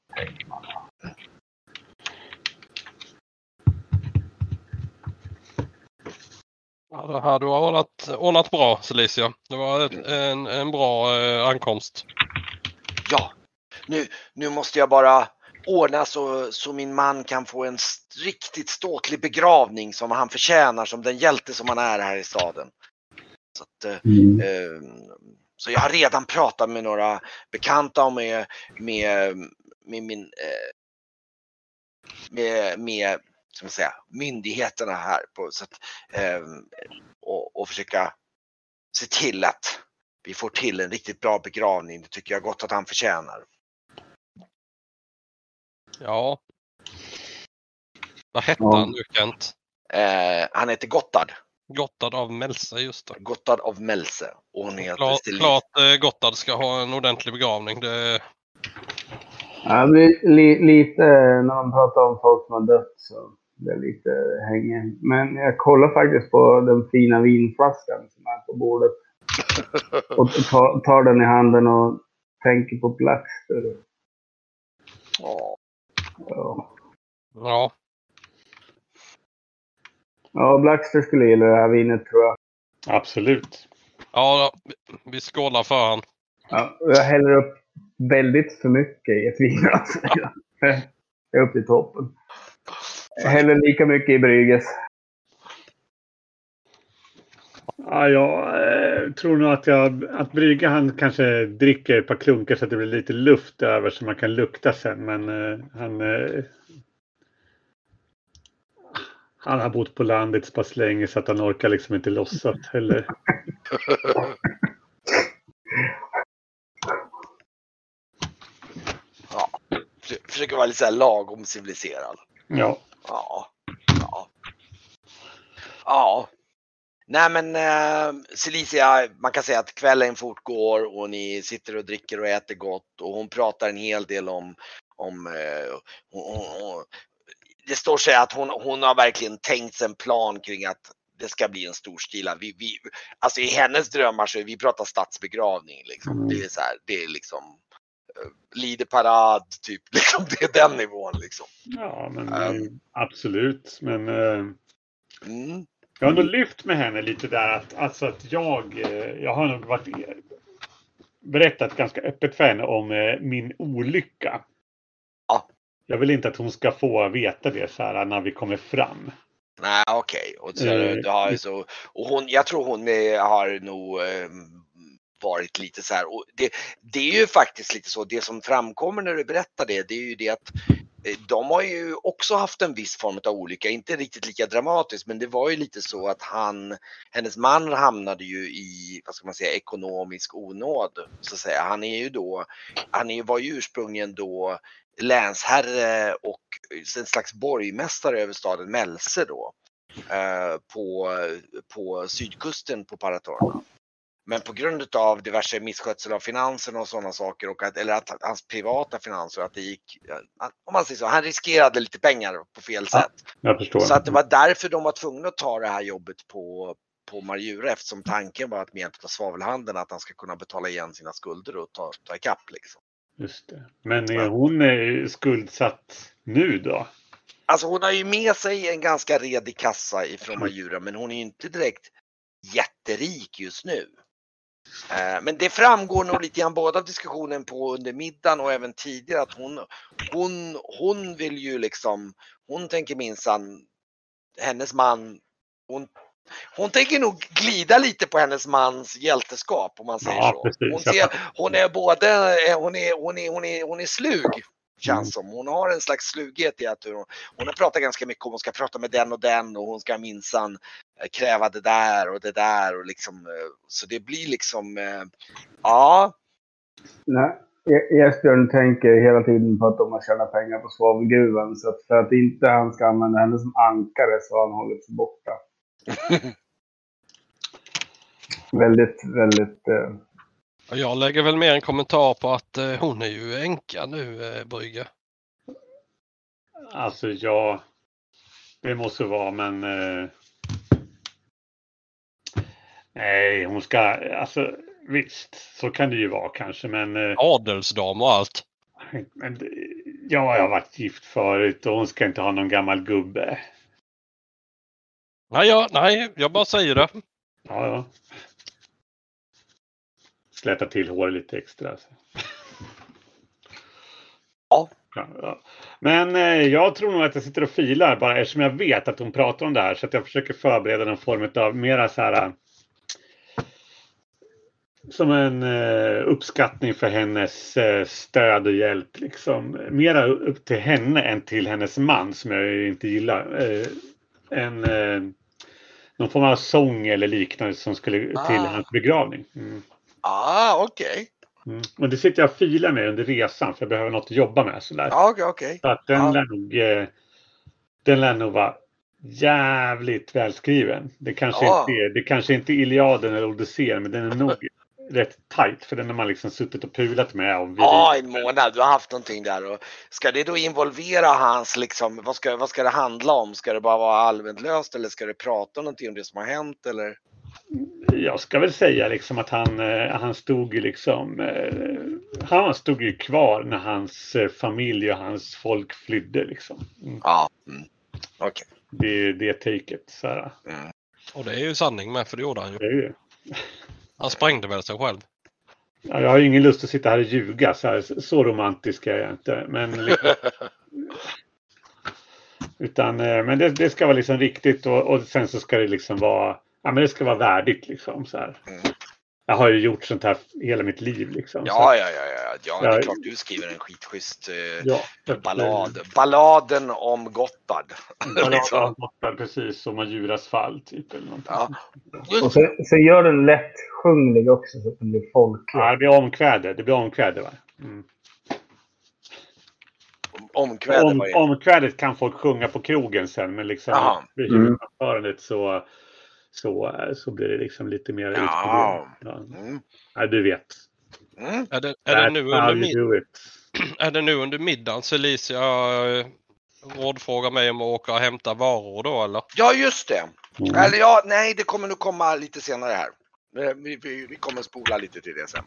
Ja, det här du har ordnat, ordnat bra, Celicia. Det var en, en bra eh, ankomst. Ja, nu, nu måste jag bara ordna så, så min man kan få en riktigt ståtlig begravning som han förtjänar, som den hjälte som han är här i staden. Så, att, mm. eh, så jag har redan pratat med några bekanta och med, med, med min eh, med, med ska man säga, myndigheterna här på, så att, eh, och, och försöka se till att vi får till en riktigt bra begravning. Det tycker jag gott att han förtjänar. Ja. Vad hette Ja. han nu, Kent? Eh, han heter Gottard. Gottard av Melse, just det. Gottard av Melse. Och hon heter Klart, Stelin. klart eh, Gottard ska ha en ordentlig begravning. Det... Ja, det blir li, lite när man pratar om folk som har dött så det är lite hänger. Men jag kollar faktiskt på den fina vinflaskan som är på bordet. Och tar, tar den i handen och tänker på Blackster. Ja. Ja. Ja. Ja, Blackster skulle gilla det här vinet tror jag. Absolut. Ja, vi skålar för han. Ja, jag häller upp väldigt för mycket i ett vin. Alltså. Jag är upp till toppen. Jag häller lika mycket i Brygges. Ja, jag eh, tror nog att, jag, att Brygge han kanske dricker ett par klunkar så att det blir lite luft över så man kan lukta sen. Men eh, han, eh, han har bott på landet så pass länge så att han orkar liksom inte låtsas heller. Ja. Försöker vara lite så här lagom civiliserad. Ja. Ja. Ja. Ja. Nej men äh, Celicia, man kan säga att kvällen fortgår och ni sitter och dricker och äter gott och hon pratar en hel del om, om äh, hon, hon, det står sig att hon, hon har verkligen tänkt sig en plan kring att det ska bli en stor stila. Vi, vi, alltså i hennes drömmar så är vi pratar stadsbegravning liksom. Mm. Det är så här, det är liksom äh, lideparad typ, liksom, det är den nivån liksom. Ja, men um, absolut. Men uh, mm. jag har nog lyft med henne lite där att, alltså att jag, jag har nog varit berättat ganska öppet för henne om uh, min olycka. Ja. Jag vill inte att hon ska få veta det så här när vi kommer fram. Nej, okej. Okay. Och, så, och hon, jag tror hon är, har nog eh, varit lite så här. Och det, det är ju faktiskt lite så. Det som framkommer när du berättar det, det är ju det att eh, de har ju också haft en viss form av olycka. Inte riktigt lika dramatiskt, men det var ju lite så att han, hennes man hamnade ju i, vad ska man säga, ekonomisk onåd. Så att säga. Han är ju då, han är, var ju ursprungligen då länsherre och en slags borgmästare över staden Melse då eh, på, på sydkusten på Paratorna. Men på grund av diverse misskötsel av finanserna och sådana saker och att, eller att hans privata finanser, att det gick, om man säger så, han riskerade lite pengar på fel ja, sätt. Jag förstår. Så att det var därför de var tvungna att ta det här jobbet på på Marjura, eftersom tanken var att med hjälp av svavelhandeln att han ska kunna betala igen sina skulder och ta, ta ikapp liksom. Just det. Men är hon är skuldsatt nu då? Alltså hon har ju med sig en ganska redig kassa ifrån Marjura, men hon är ju inte direkt jätterik just nu. Men det framgår nog lite grann både av diskussionen på under middagen och även tidigare att hon, hon, hon vill ju liksom, hon tänker minsann, hennes man, hon Hon tänker nog glida lite på hennes mans hjälteskap om man säger ja, så. Precis. Hon, ser, hon är både, hon är, hon är, hon är, hon är slug känns som. Hon har en slags slughet i att hon, hon har pratat ganska mycket om hon ska prata med den och den och hon ska minsann kräva det där och det där och liksom, så det blir liksom, ja. Nej, Esbjörn tänker hela tiden på att de har tjänat pengar på svavelgruvan så att för att inte han ska använda henne som ankare så har han hållit sig borta. väldigt, väldigt... Uh... Jag lägger väl mer en kommentar på att uh, hon är ju änka nu, uh, Brygge. Alltså, ja... Det måste vara, men... Uh... Nej, hon ska... Alltså, visst. Så kan det ju vara kanske, men... Uh... Adelsdam och allt. Men, ja, jag har varit gift förut och hon ska inte ha någon gammal gubbe. Nej, ja, nej, jag bara säger det. Ja, ja. Släta till hår lite extra. Alltså. Ja. Ja, ja. Men eh, jag tror nog att jag sitter och filar bara eftersom jag vet att hon pratar om det här. Så att jag försöker förbereda någon form av mera så här som en eh, uppskattning för hennes eh, stöd och hjälp. Liksom. Mera upp till henne än till hennes man som jag inte gillar. Eh, en, eh, någon form av sång eller liknande som skulle Ah. till hans begravning. Mm. Ah, okej. Mm. Och det sitter jag och filar med under resan för jag behöver något att jobba med. Sådär. Ja, okej, okej. Så att den, Ja. lär nog, eh, den lär nog vara jävligt välskriven. Det kanske, Ja. inte är, det kanske inte är Iliaden eller Odysseen, men den är nog rätt tight för den har man liksom suttit och pulat med. Och Ja, en månad. Du har haft någonting där. Och ska det då involvera hans, liksom, vad ska, vad ska det handla om? Ska det bara vara allmänt löst eller ska det prata om någonting om det som har hänt? Eller? Jag ska väl säga liksom att han, eh, han stod ju liksom eh, han stod ju kvar när hans eh, familj och hans folk flydde liksom. Mm. Ja, mm. okej. Det är det taket. Så här. Mm. Och det är ju sanning med, för det gjorde han Det ju. är ju. Han sprängde väl sig själv. Ja, jag har ingen lust att sitta här och ljuga. Så, här, så romantisk är jag inte. Men, liksom, utan, eh, men det, det ska vara liksom riktigt och, och sen så ska det liksom vara ja, men det ska vara värdigt liksom så här. Mm. Jag har ju gjort sånt här hela mitt liv liksom. Så Ja, att- ja, ja, ja, ja. Det är Ja. klart du skriver en skitschysst eh, ja, så att- ballad. Balladen om Gotthard. Ja, liksom. ja, precis som Majuras fall typ eller någonting. Ja. Och Just sen, sen gör den lätt sjunglig också så att den blir folklig. Ja, det blir omkväde. Det blir omkväde va? Mm. omkvädet Om, var det. omkvädet kan folk sjunga på krogen sen men liksom Jaha. i huvudförandet så, så, så blir det liksom lite mer Ja. utstuderat. Ja. Mm. Ja, du vet. Mm. Är det, är, det nu That's how under you mid- do it. är det nu under middagen så Alicia eh, rådfrågar mig om att åka och hämta varor då eller? Ja, just det. Mm. Eller ja, nej, det kommer nog komma lite senare här. Eh, Vi, vi, vi kommer spola lite till det sen.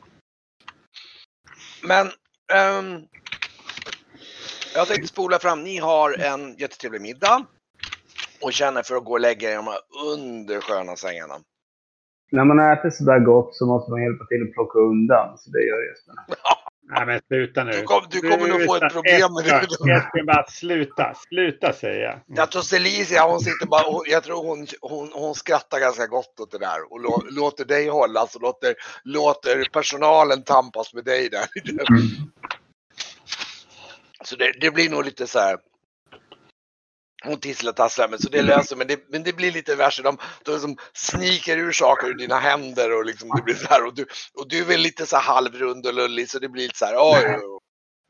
Men ehm, jag tänkte spola fram. Ni har en jättetrevlig middag och känner för att gå och lägga er i de här undersköna sängarna. När man äter sådär gott så måste man hjälpa till att plocka undan. Så det gör just det. Nej men sluta nu. Du, kom, du kommer nog få ett problem med det. Jag ska bara sluta. Sluta säger jag. Jag tror Celicia, hon sitter bara, hon, jag tror hon, hon, hon skrattar ganska gott åt det där och lå, låter dig hållas och låter, låter personalen tampas med dig där. Så det, det blir nog lite så här. Hon tisslar tasslar men så det löser men det, men det blir lite värre. De, de som sniker ur saker ur dina händer och liksom det blir så här och du, och du är väl lite så här halvrund och lullig så det blir lite så här oj, oj, oj.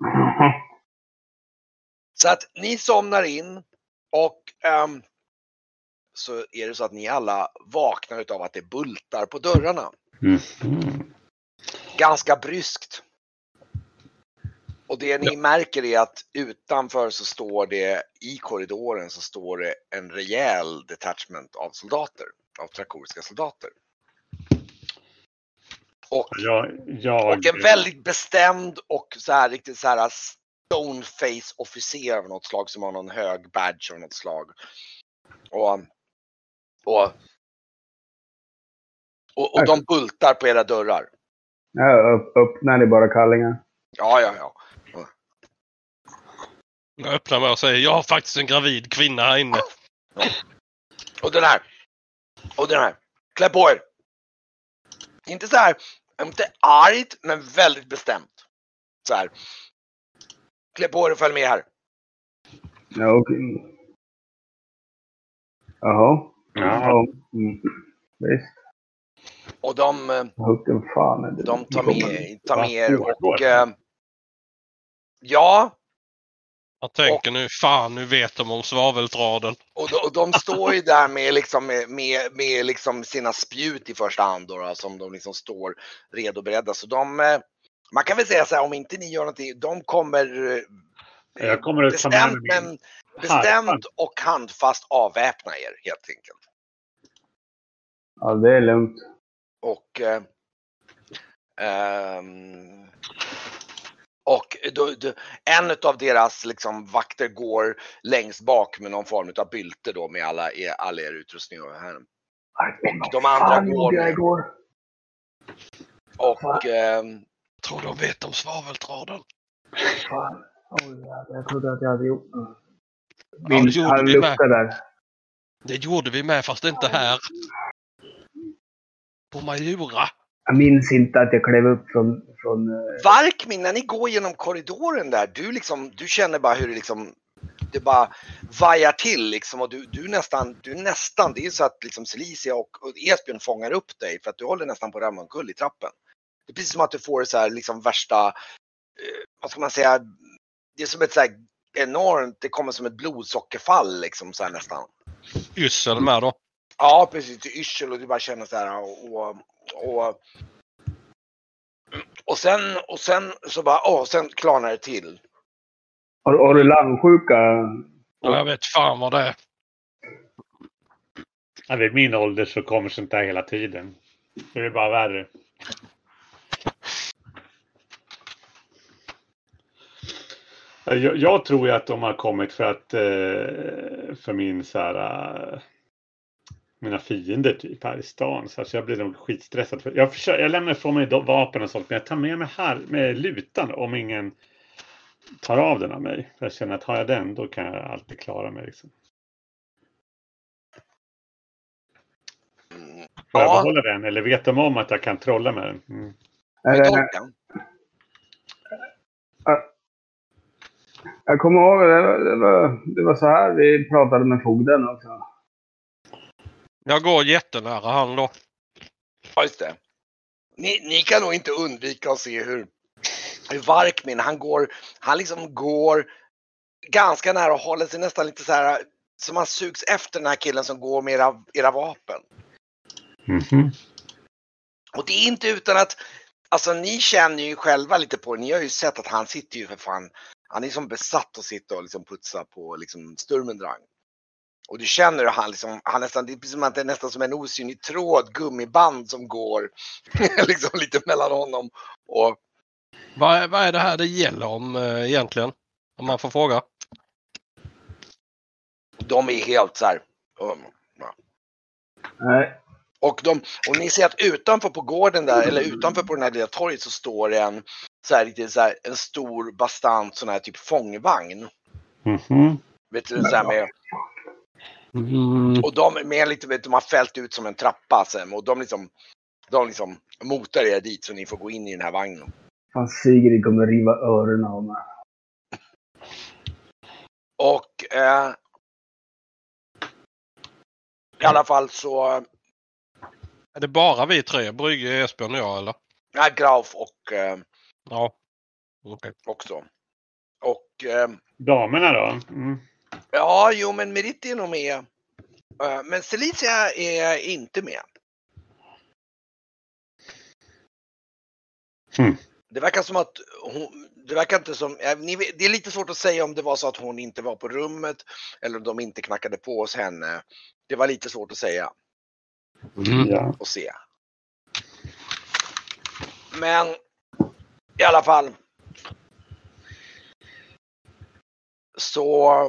Så att ni somnar in och ehm, så är det så att ni alla vaknar utav att det bultar på dörrarna. Mm. Ganska bryskt. Och det ni märker är att utanför så står det, i korridoren så står det en rejäl detachment av soldater. Av trakoriska soldater. Och, Jag, jag, och en väldigt bestämd och så här riktigt så här stoneface officer av något slag som har någon hög badge av något slag. Och, och, och, och de bultar på era dörrar. Ja, upp, öppnar det bara kallingar. Ja, ja, ja. Jag öppnar mig och säger jag har faktiskt en gravid kvinna här inne. Och den här. Och den här. Klä på er. Inte så här, inte argt, men väldigt bestämt. Så här. Klä på er och följ med här. Ja, okej. Jaha. Ja. Mm. Visst. Och de, eh, Hucken fan är det. de tar med, tar med er Vad och eh, ja, Jag tänker nu, fan nu vet de om svaveltraden. och de, och de står ju där med, liksom, med, med, med liksom sina spjut i första hand då, då, som de liksom står redo och beredda. Så de, eh, man kan väl säga så här, om inte ni gör någonting, de kommer eh, Jag kommer att ta med bestämt, mig men min bestämt harpa. och handfast avväpna er helt enkelt. Ja, det är lugnt. Och eh, ehm, och då, då, en av deras liksom vakter går längst bak med någon form av bylte då med alla er, all er utrustning och här. Och de andra Fan, går gjorde jag med. igår. Och ehm, Tror de vet om svaveltraden. Fan. Oj, jävlar, jag trodde att jag hade gjort något. Ja, det gjorde Han vi med. luktar där. Det gjorde vi med fast inte här. På Majura. Jag minns inte att jag klev upp från... från Varkmin, när ni går genom korridoren där, du liksom, du känner bara hur det liksom, det bara vajar till liksom, och du, du nästan, du nästan, det är så att liksom Celicia och, och Esbjörn fångar upp dig för att du håller nästan på att ramla omkull i trappen. Det är precis som att du får så här liksom värsta, eh, vad ska man säga, det är som ett så här enormt, det kommer som ett blodsockerfall liksom så här nästan. Yrsel med då. Ja, precis, till yrsel och du bara känner så här och, och, och Och sen, och sen så bara, åh, sen klarnar det till. Har, har du langsjuka? Ja, jag vet fan vad det är. Ja, vid min ålder så kommer sånt där hela tiden. Det är bara värre. Jag, jag tror ju att de har kommit för att eh, för min så här, äh, mina fiender typ här i stan. Så alltså jag blir nog skitstressad. För jag, försöker, jag lämnar ifrån mig vapen och sånt, men jag tar med mig här med lutan om ingen tar av den av mig. För jag känner att har jag den, då kan jag alltid klara mig liksom. Får jag Ja. behålla den? Eller vet de om att jag kan trolla med den? Mm. Med Äh, dolken. jag kommer ihåg, det var, det, var, det var så här vi pratade med fogden också. Jag går jättenära han då. Ja, just det. Ni, ni kan nog inte undvika att se hur, hur Varkmin, han går, han liksom går ganska nära och håller sig nästan lite så här, som man sugs efter den här killen som går med era, era vapen. Mm-hmm. Och det är inte utan att, alltså ni känner ju själva lite på det. Ni har ju sett att han sitter ju för fan, han är som besatt att sitta och liksom putsa på liksom Sturmendrang. Och du känner hur han liksom, han nästan, det är precis som att det är nästan som en osynlig tråd, gummiband som går liksom lite mellan honom och... Vad är, vad är det här det gäller om eh, egentligen? Om man får fråga. De är helt så här... Um, ja. Nej. Och, de, och ni ser att utanför på gården där, eller utanför på den här lilla torget så står det en så här, lite så här, en stor bastant sån här typ fångvagn. Mm-hmm. Vet du, så här med... Mm. Och de med lite, vet, de har fällt ut som en trappa sen, och de liksom, de liksom motar er dit så ni får gå in i den här vagnen. Fan, Sigrid kommer riva öronen av mig. Och eh, i alla fall så... Är det bara vi tre? Brygge, Esbjörn och jag eller? Ja, Grauf och eh, Ja. Okej. också. Och eh, Damerna då? Mm. ja, jo men Merit är nog med. Eh, men Celicia är inte med. Mm. Det verkar som att hon, det verkar inte som, eh, ni, vet- det är lite svårt att säga om det var så att hon inte var på rummet eller om de inte knackade på hos henne. Det var lite svårt att säga Mm. Ja. och se. Men i alla fall så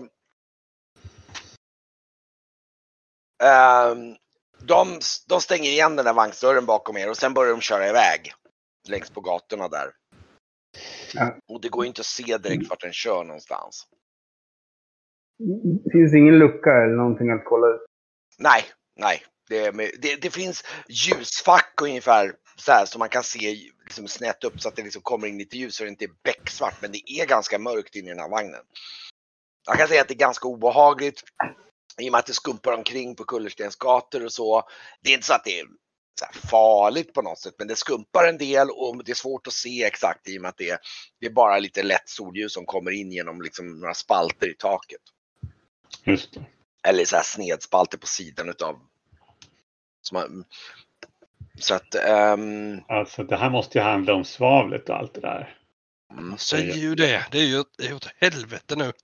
ehm, de, de stänger igen den där vagnsdörren bakom er och sen börjar de köra iväg längs på gatorna där. Ja. Och det går inte att se direkt vart den kör någonstans. Det finns ingen lucka eller någonting att kolla ut. Nej, nej. Det, är med, det, det finns ljusfack ungefär så här som man kan se liksom snett upp så att det liksom kommer in lite ljus så det inte är becksvart, men det är ganska mörkt in i den här vagnen. Jag kan säga att det är ganska obehagligt i och med att det skumpar omkring på Kullerstens gator och så. Det är inte så att det är så här farligt på något sätt, men det skumpar en del och det är svårt att se exakt i och med att det är, det är bara lite lätt solljus som kommer in genom liksom några spalter i taket. Just det. Eller så här snedspalter på sidan utav. Så, man, så att... Um, Alltså det här måste ju handla om svavlet och allt det där. mm, Säger ju det. Det är ju det är ju åt helvete nu.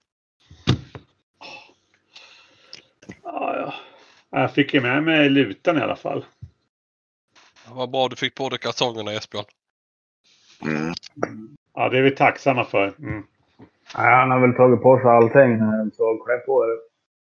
Ja, ja. Jag fick ju med mig lutan i alla fall. Det var bra du fick på dig kalsongerna, Esbjörn. mm. Ja, det är vi tacksamma för. Mm. Nej, han har väl tagit på sig allting. Så klä på det.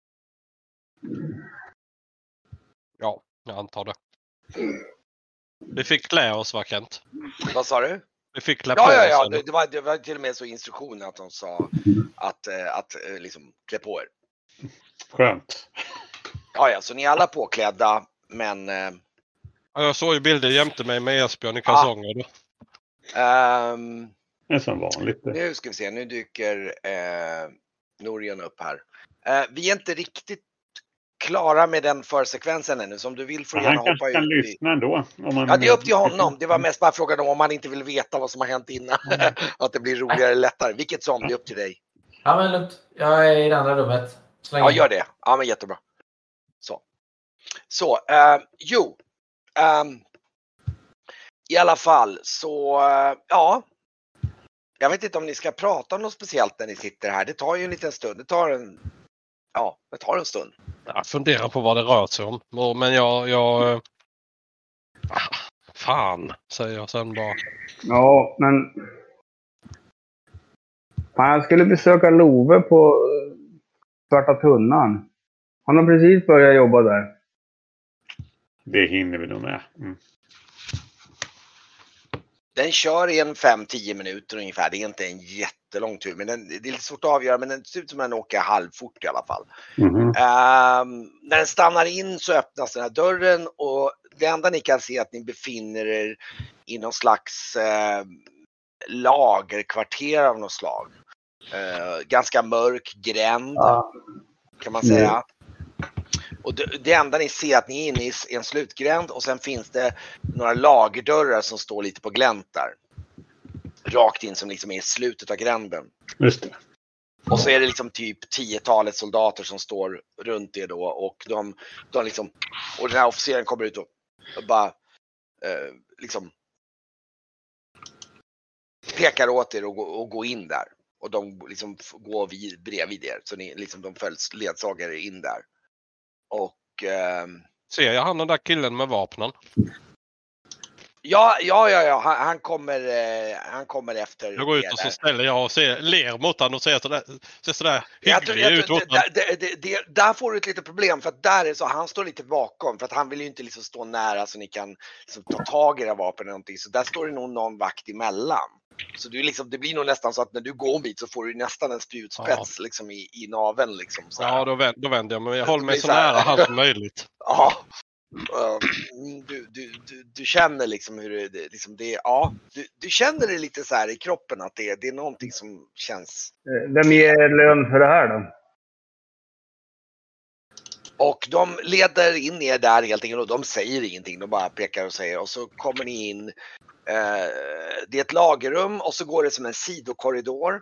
Ja, jag antar det. Vi fick klä oss, va, Kent? Vad sa du? Vi fick klä på Ja, ja, ja. oss. Det, det, var, det var till och med så instruktioner att de sa att, eh, att eh, liksom klä på er. Skönt. Ja, ja, så ni är alla påklädda, men... Eh, Ja, jag såg ju bilder jämte mig med Esbjörn i kalsonger. Då. Um, Det är som vanligt. nu ska vi se, nu dyker eh, Norian upp här. Uh, vi är inte riktigt klara med den försekvensen ännu, som du vill får gärna hoppa ut. Han kanske kan lyssna ändå. Om man... Ja, det är upp till honom. Det var mest bara frågan om man inte vill veta vad som har hänt innan. Mm. Att det blir roligare eller lättare. Vilket som, det är upp till dig. Ja, men lugnt. Jag är i det andra rummet. Släng ja, gör det. Ja, men jättebra. Så. Så, uh, jo. Um, I alla fall, så, uh, ja. Jag vet inte om ni ska prata om något speciellt när ni sitter här. Det tar ju en liten stund. Det tar en, ja, det tar en stund. Jag funderar på vad det rör sig om. Men jag, jag... Fan, säger jag sen bara. Ja, men... Fan, jag skulle besöka Love på Svarta Tunnan. Han har precis börjat jobba där. Det hinner vi nog med. Mm. Den kör i en fem till tio minuter ungefär. Det är inte en jättelång tur. Men den, det är lite svårt att avgöra. Men den ser ut som att den åker halvfort i alla fall. Mm-hmm. Um, när den stannar in så öppnas den här dörren. Och det enda ni kan se är att ni befinner er i någon slags uh, lagerkvarter av något slag. Uh, ganska mörk gränd. Ja. Kan man säga. Mm. Och det, det enda ni ser är att ni är inne i en slutgränd och sen finns det några lagerdörrar som står lite på glänt där. Rakt in som liksom är i slutet av gränden. Just det. Och så är det liksom typ tiotalet soldater som står runt er då och de, de liksom, och den här officeren kommer ut och, och bara eh, liksom pekar åt er och, gå, och gå in där. Och de liksom går vid, bredvid er så ni liksom de följs ledsagare in där. Och eh, ser jag han den där killen med vapnen? Ja, ja, ja, ja. Han, han kommer eh, han kommer efter. Jag går ut och så ställer jag och ser, ler mot han och ser sådär, ser sådär hygglig jag, jag, ut mot det, det, det, det, där får du ett litet problem för att där är så han står lite bakom för att han vill ju inte liksom stå nära så ni kan liksom ta tag i era vapen eller någonting. Så där står det nog någon vakt emellan. Så du liksom, det blir nog nästan så att när du går en bit så får du nästan en spjutspets ja. liksom i, i naveln liksom. Så ja, då, vänd, då vänder jag mig. Jag håller mig så, så nära han som möjligt. Ja. Du, du, du, du känner liksom hur det, liksom det ja, du, du känner det lite så här i kroppen att det, det är någonting som känns. Vem ger lön för det här då? Och de leder in er där helt enkelt och de säger ingenting, de bara pekar och säger och så kommer ni in. Eh, det är ett lagerrum och så går det som en sidokorridor.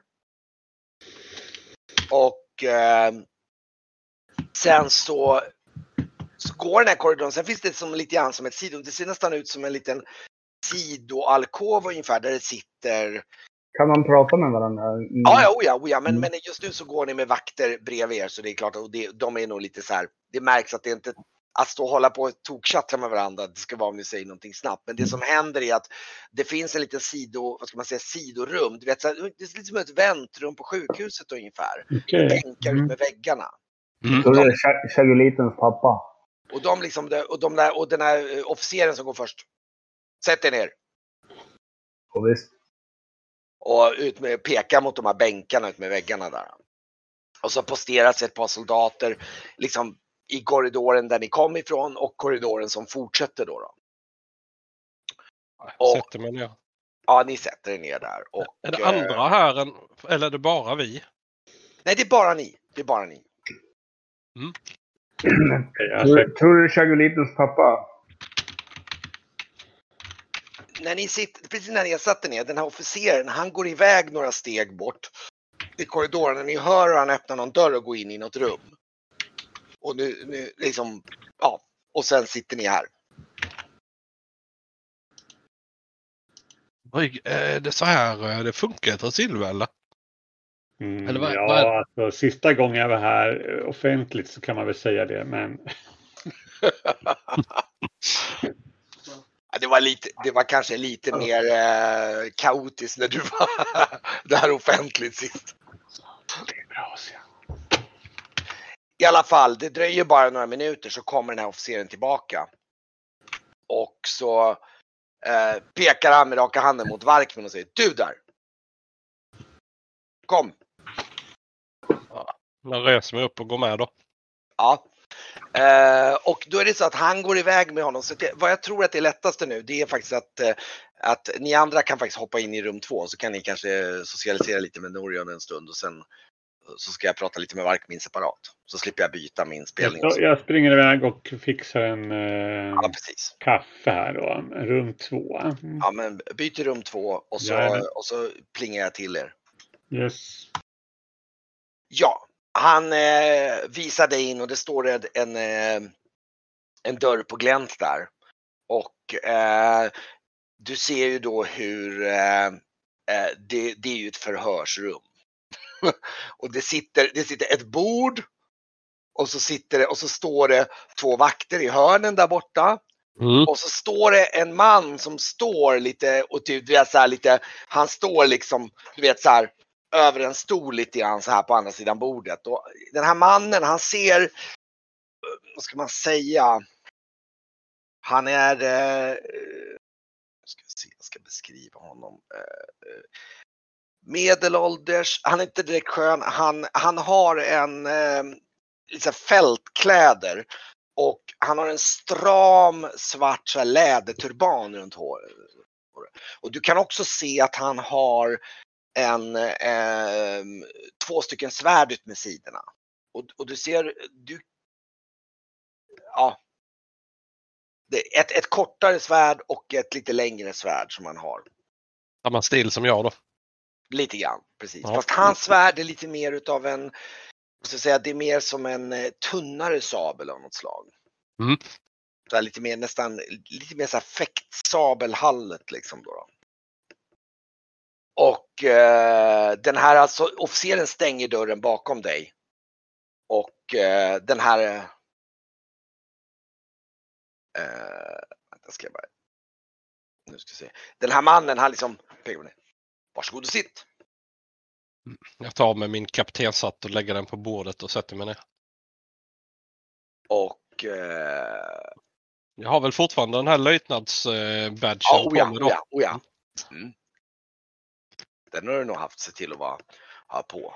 Och eh, sen så Så går den här korridoren, sen finns det som lite grann som ett sido, det ser nästan ut som en liten sidoalkov ungefär där det sitter. Kan man prata med varandra? Mm. Ja, ja, oja, oja. Men, mm. men just nu så går ni med vakter bredvid er så det är klart att det, de är nog lite så här, det märks att det inte att stå och hålla på och tokkchatta med varandra, det ska vara om ni säger någonting snabbt. Men det som händer är att det finns en liten sido, vad ska man säga, sidorum. Du vet, så här, det är lite som ett väntrum på sjukhuset ungefär. Okay. Bänkar mm. ut med väggarna. Mm. Så det är Chagulitens pappa. Och de liksom, och de där, och den här officeren som går först. Sätt er ner. Och visst. Och ut med, peka mot de här bänkarna ut med väggarna där. Och så posteras ett par soldater liksom i korridoren där ni kom ifrån och korridoren som fortsätter då. då. Och, sätter mig ner. Ja, ni sätter er ner där. Och, är det andra här än, eller är det bara vi? Nej, det är bara ni. Det är bara ni. Mm. Tror, tror du Chagulitens pappa? När ni sitter, precis när ni satt ner, den här officeren, han går iväg några steg bort i korridoren. När ni hör han öppna någon dörr och gå in i något rum. Och nu, nu liksom, ja, och sen sitter ni här. Oj, är det så här det funkar i Silva eller? Mm, eller vad, ja, vad alltså sista gången jag var här offentligt så kan man väl säga det, men... Det var lite, det var kanske lite mer eh, kaotiskt när du var där offentligt sist. Det är bra, så. I alla fall, det dröjer bara några minuter så kommer den här officeren tillbaka. Och så eh, pekar han med raka handen mot Varkmin och säger: du där! Kom! Ja, jag reser mig upp och går med då. Ja. Eh, och då är det så att han går iväg med honom. Så det, vad jag tror att det är lättaste nu, det är faktiskt att, eh, att ni andra kan faktiskt hoppa in i rum två. Så kan ni kanske socialisera lite med Norion en stund. Och sen så ska jag prata lite med Varkmin separat. Så slipper jag byta min spelning. Jag, jag springer iväg och fixar en eh, ja, precis. kaffe här då. Rum två. Mm. Ja, men byt i rum två och så, och så plingar jag till er. Yes. Ja, han eh, visar dig in och det står en, en, eh, en dörr på glänt där. Och eh, du ser ju då hur eh, det, det är ju ett förhörsrum. Och det sitter, det sitter ett bord och så sitter det, och så står det två vakter i hörnen där borta. Mm. Och så står det en man som står lite och typ, du vet så här lite, han står liksom, du vet så här över en stol lite grann så här på andra sidan bordet. Och den här mannen, han ser, vad ska man säga, han är, eh, ska se, jag ska beskriva honom, eh, medelålders, han är inte direkt skön, han, han har en eh, liksom fältkläder och han har en stram svart så här, läderturban runt håret. Och du kan också se att han har en eh, två stycken svärd ut med sidorna. Och, och du ser, du, ja, det är ett, ett kortare svärd och ett lite längre svärd som han har. Samma stil som jag då. Lite grann, precis. Ja. Fast hans svärd är lite mer utav en, jag ska säga, det är mer som en eh, tunnare sabel av något slag. Mm. Så här, lite mer nästan, lite mer så här fäktsabelhallet liksom då. då. Och eh, den här alltså, officeren stänger dörren bakom dig. Och eh, den här, eh, vänta ska jag bara, nu ska jag se. Den här mannen, han liksom, varsågod och sitt. Jag tar med min kaptenshatt och lägger den på bordet och sätter mig ner. Och eh, jag har väl fortfarande den här löjtnants-badgen ja, på oja, mig då. oja, oja. Mm. Den har du nog haft sig till att vara, ha på.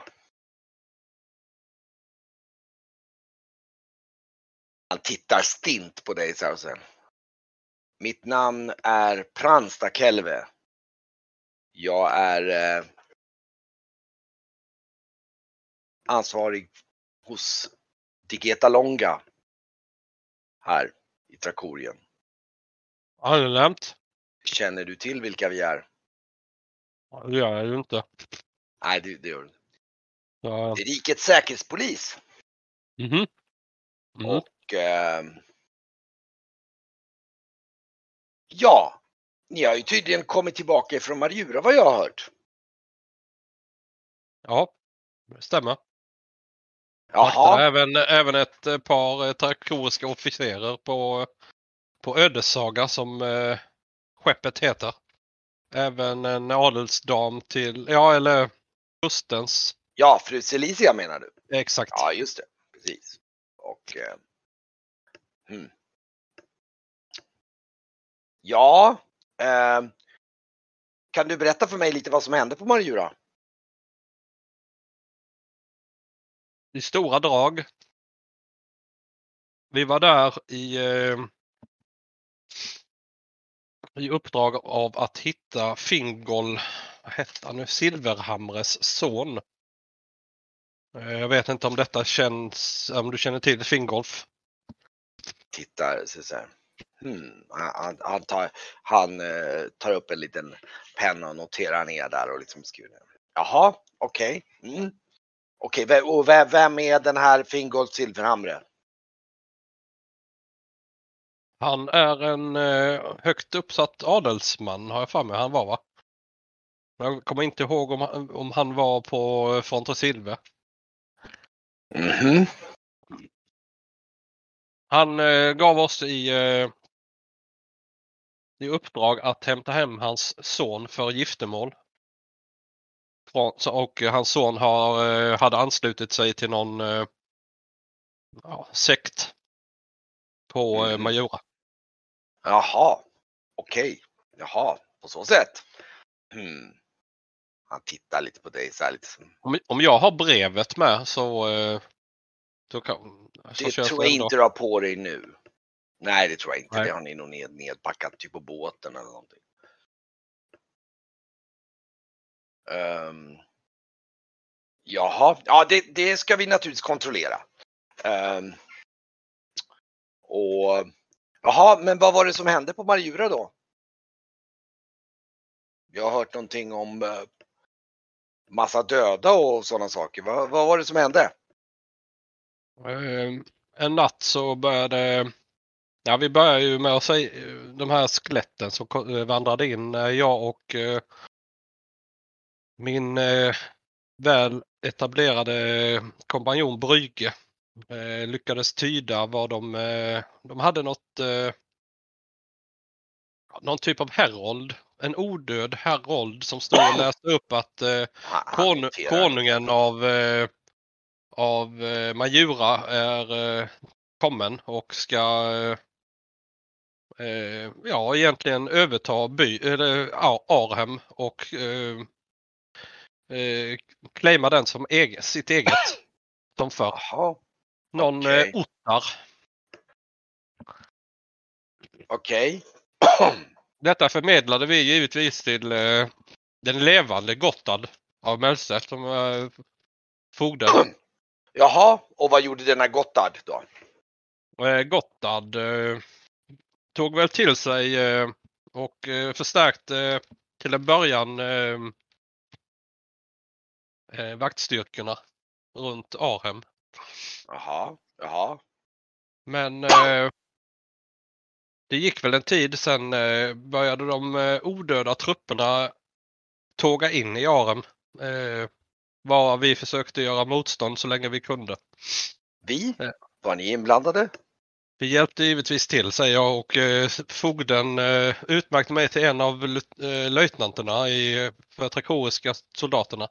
Han tittar stint på dig så här och sen. Mitt namn är Pransta Kelve. Jag är eh, ansvarig hos Digeta Longa här i Trakorien. Angenämt. Känner du till vilka vi är? Ja, det gör jag ju inte. Nej, det, det gör du. Ja. Det är rikets säkerhetspolis. Mhm. Mm. Och eh, ja, ni har ju tydligen kommit tillbaka från Marjura vad jag har hört. Ja, det stämmer. Jaha, Även, även ett par trakoriska officerer på, på Ödessaga som eh, skeppet heter. Även en adelsdam till, ja eller kustens. ja, fru Celicia menar du? Exakt. Ja, just det. Precis. Och eh, hmm. Ja, eh, kan du berätta för mig lite vad som hände på Marjura? I stora drag. Vi var där i, eh, i uppdrag av att hitta Fingol, vad hette han nu, Silverhamres son. Eh, jag vet inte om detta känns, om du känner till Fingolf. Tittar så här. Hmm. Han, han, tar, han eh, tar upp en liten penna och noterar ner där och liksom skriver ner. Jaha, okej. Okay. Mm. Okej, okay. Och vem är den här Fingolf Silverhamre? Han är en eh, högt uppsatt adelsman har jag för mig han var va? Jag kommer inte ihåg om, om han var på Fronte Silve. Mhm. Han eh, gav oss i, eh, i uppdrag att hämta hem hans son för giftermål. Från, och hans son har, eh, hade anslutit sig till någon eh, ja, sekt på eh, Majora. Jaha, okej. Okay. Jaha, på så sätt. Hmm. Han tittar lite på dig så här lite som... Om, om jag har brevet med så, eh, Då kan, så Det körs tror jag ändå. inte du har på dig nu. Nej, det tror jag inte. Nej. Det har ni nog ned, nedpackat typ på båten eller någonting. Um, jaha, ja det, det ska vi naturligtvis kontrollera. Um, och jaha, men vad var det som hände på Marjura då? Jag har hört någonting om uh, massa döda och sådana saker. Va, vad var det som hände? Um, en natt så började, ja vi började ju med att säga de här skeletten som vandrade in. Jag och uh, min uh, väl etablerade kompanjon Brygge uh, lyckades tyda vad de, uh, de hade något, uh, någon typ av herold. En odöd herold som stod och läste upp att uh, kon, konungen av uh, av eh, Majura är eh, kommen och ska eh, ja egentligen överta by, eller Ar- Arhem och eh, eh, claima den som egen, sitt eget som för. Jaha. Någon Okej. eh, Ottar. Okej. Detta förmedlade vi givetvis till eh, den levande Gottad av Melstedt som eh, fogden. Jaha, och vad gjorde denna Gottad då? Eh, Gottad eh, tog väl till sig eh, och eh, förstärkte eh, till en början eh, eh, vaktstyrkorna runt Arhem. Jaha, jaha. Men eh, det gick väl en tid sen eh, började de eh, odöda trupperna tåga in i Arhem. Eh, var vi försökte göra motstånd så länge vi kunde. Vi? Ja. Var ni inblandade? Vi hjälpte givetvis till, säger jag, och eh, fogden eh, utmärkte mig till en av eh, löjtnanterna i, för trakoriska soldaterna.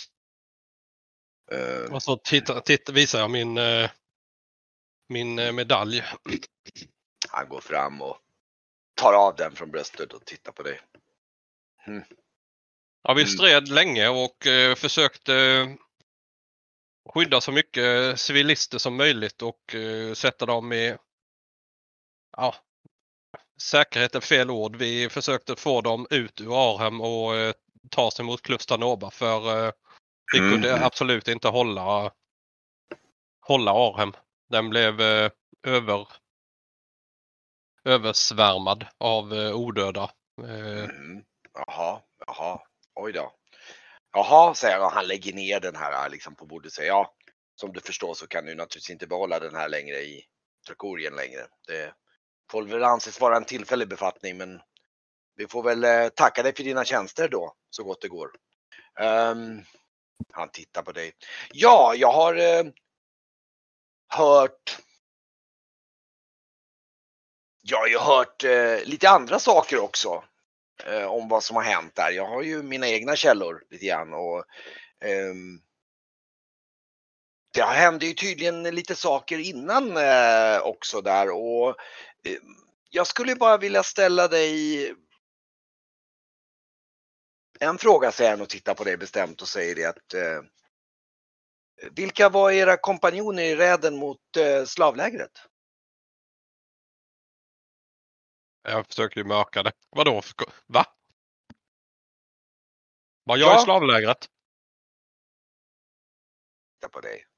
Uh, Och så titta, titta, visar jag min, eh, min eh, medalj. han går fram och tar av den från bröstet och tittar på dig. Mm. Ja, vi Mm. stred länge och eh, försökte skydda så mycket civilister som möjligt och eh, sätta dem i, ja, säkerhet är fel ord. Vi försökte få dem ut ur Arhem och eh, ta sig mot Klufstanoba för eh, vi Mm. kunde absolut inte hålla hålla Arhem. Den blev eh, över översvärmad av eh, odöda. Eh, Mm. Jaha, jaha. Oj då. Jaha, säger han. Han lägger ner den här liksom på bordet och säger ja, som du förstår så kan du naturligtvis inte behålla den här längre i Trakorien längre. Det får väl anses vara en tillfällig befattning, men vi får väl eh, tacka dig för dina tjänster då, så gott det går. Um, han tittar på dig. Ja, jag har eh, hört Jag har ju hört eh, lite andra saker också eh, om vad som har hänt där. Jag har ju mina egna källor lite grann och ehm, det hände ju tydligen lite saker innan eh, också där och eh, jag skulle bara vilja ställa dig en fråga, säger han och tittar på dig bestämt och säger det att eh, vilka var era kompanjoner i räden mot eh, slavlägret? jag försöker ju mörka det. Vadå? Va? Var jag Ja. i slavlägret? Titta på dig.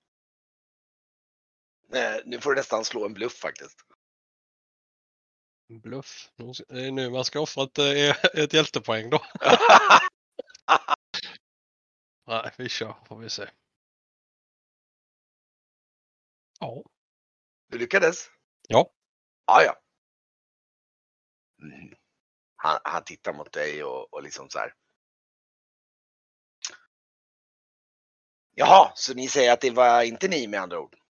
Nej, nu får du nästan slå en bluff faktiskt. Bluff. Det är nu man ska offra ett, eh, ett hjältepoäng då. Nej, vi kör får vi se. Ja. Du lyckades? Ja. Ja, ja. Mm. Han, han tittar mot dig och, och liksom så här. Jaha, så ni säger att det var inte ni med andra ord?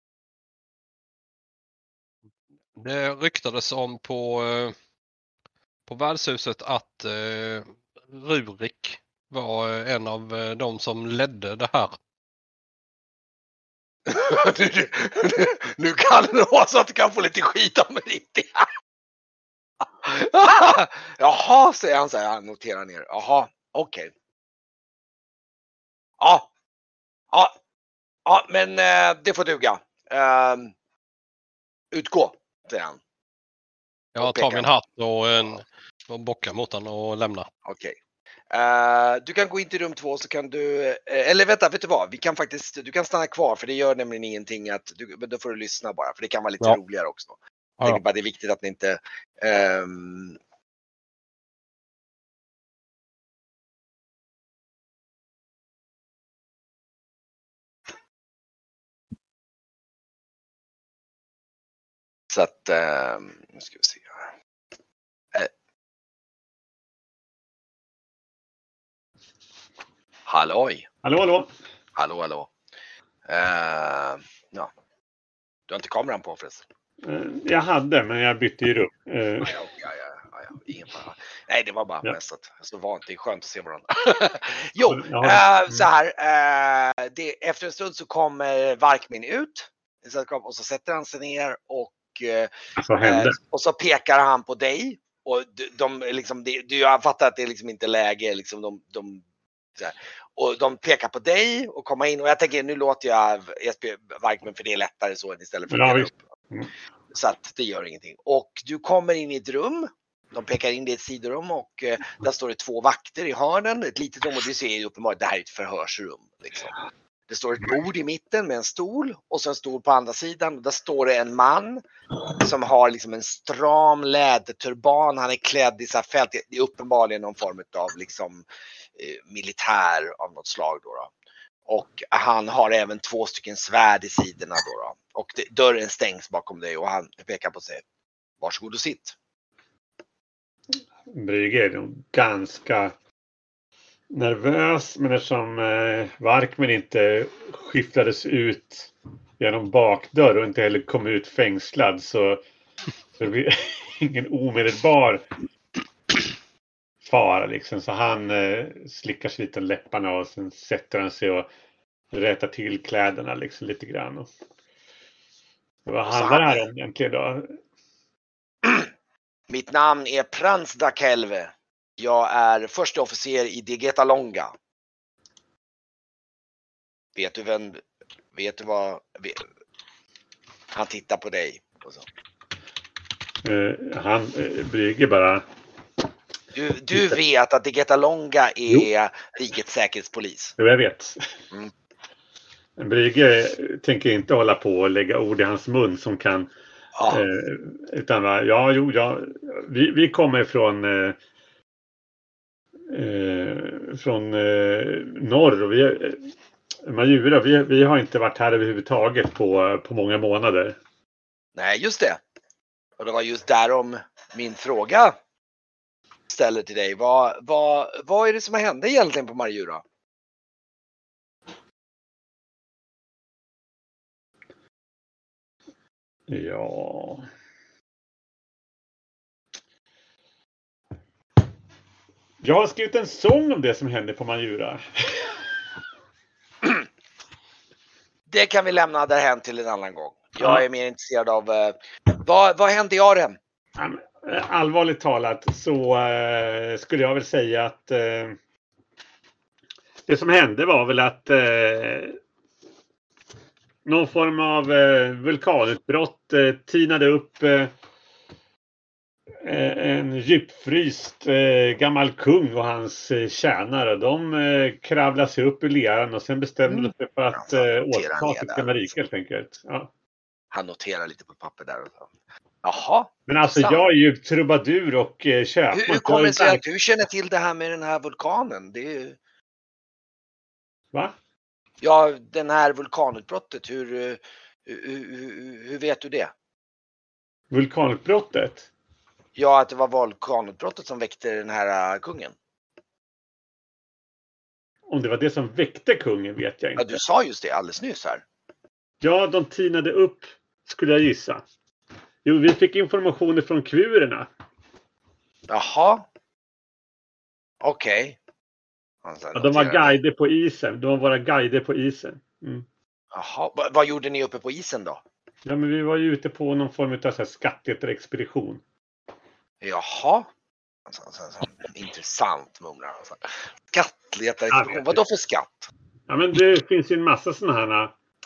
Det ryktades om på, eh, på värdshuset att eh, Rurik var eh, en av eh, de som ledde det här. nu, nu, nu kan det vara så att du kan få lite skit av mig riktigt. Jaha, säger han så här, han noterar ner. Jaha, okej. Okay. Ja. Ja. Ja, men eh, det får duga. Um, utgå, säger han. Jag tar min hatt och, en, och bockar mot honom och lämnar. Okej. Okay. Uh, du kan gå in till rum två så kan du, uh, eller vänta, vet du vad? Vi kan faktiskt, du kan stanna kvar för det gör nämligen ingenting att, du, då får du lyssna bara för det kan vara lite ja. roligare också. Jag tänker bara det är viktigt att ni inte um, så att, uh, nu ska vi se här. Uh. Halloj. Hallå, hallå. Hallå, hallå. Uh, ja. Du har inte kameran på förresten? Uh, jag hade, men jag bytte ju rum. Uh. Ja, ja, ja, ja, ja. Ingen fara. Nej, det var bara ja. mest att jag är så vant. Det är skönt att se varandra. jo, uh, så här. Uh, det, efter en stund så kommer Varkmin ut. Och så sätter han sig ner och, uh, och så pekar han på dig. Och de, de liksom, det, du har fattat att det är liksom inte läge. Liksom de, de, så här. Och de pekar på dig och kommer in. Och jag tänker, nu låter jag E S P Varkmin för det är lättare så istället för att ja, upp. Mm. Så att det gör ingenting. Och du kommer in i ett rum. De pekar in det i ett sidorum och eh, där står det två vakter i hörnen. Ett litet rum och du ser ju uppenbarligen att det här är ett förhörsrum. Liksom. Det står ett bord i mitten med en stol och så en stol på andra sidan. Och där står det en man som har liksom en stram läderturban. Han är klädd i så här fält. Det är uppenbarligen någon form av liksom, eh, militär av något slag. Då, då. Och han har även två stycken svärd i sidorna. Då, då. Och det, dörren stängs bakom dig och han pekar på sig. Varsågod och sitt. Brygge är nog ganska nervös, men eftersom eh, Varkmin inte skiftades ut genom bakdörr och inte heller kom ut fängslad så, så det blir ingen omedelbar fara liksom. Så han eh, slickar sig lite läpparna och sen sätter han sig och rätar till kläderna liksom lite grann. Och, och vad handlar det här om egentligen då? Mitt namn är Prans da Kelve. Jag är första officer i Digeta Longa. Vet du vem, vet du vad, vet, han tittar på dig. Och så. Uh, han uh, brygger bara. Du, du vet att Digeta Longa är jo. rikets säkerhetspolis. Jo, jag vet. Mm. Brygge tänker inte hålla på och lägga ord i hans mun som kan ja. Eh, utan ja, jo, ja, vi, vi kommer från eh, eh, från eh, norr och vi eh, Majura, vi, vi har inte varit här överhuvudtaget på, på många månader. Nej, just det. Och det var just därom min fråga ställer till dig. Vad, vad, vad är det som hände egentligen på Majura? Ja. Jag har skrivit en sång om det som hände på Majura. Det kan vi lämna därhän till en annan gång. Jag är mer intresserad av uh, vad, vad hände i Arem? Allvarligt talat så uh, skulle jag väl säga att uh, det som hände var väl att uh, någon form av eh, vulkanutbrott eh, tinade upp eh, en djupfryst eh, gammal kung och hans eh, tjänare. De eh, kravlade sig upp i leran och sen bestämde mm. sig för att eh, återta sitt gamla rike helt enkelt. Ja. Han noterar lite på papper där. Och jaha. Men alltså sant. Jag är ju trubadur och eh, köpman. Hur, hur kommer det sig att du känner till det här med den här vulkanen? Det är ju... Va? Ja, den här vulkanutbrottet, hur, hur, hur, hur vet du det? Vulkanutbrottet? Ja, att det var vulkanutbrottet som väckte den här uh, kungen. Om det var det som väckte kungen vet jag inte. Ja, du sa just det alldeles nyss här. Ja, de tinade upp, skulle jag gissa. Jo, vi fick information från kvrerna. Jaha. Okej. Okay. Ja, de var guider på isen. De var våra guider på isen. Mm. Jaha, v- vad gjorde ni uppe på isen då? Ja, men vi var ju ute på någon form av så här skattletarexpedition. Jaha. Alltså, alltså, alltså, intressant, mumlar. Alltså. Skattletarexpedition, ja, vad då för skatt? Ja, men det finns ju en massa sådana här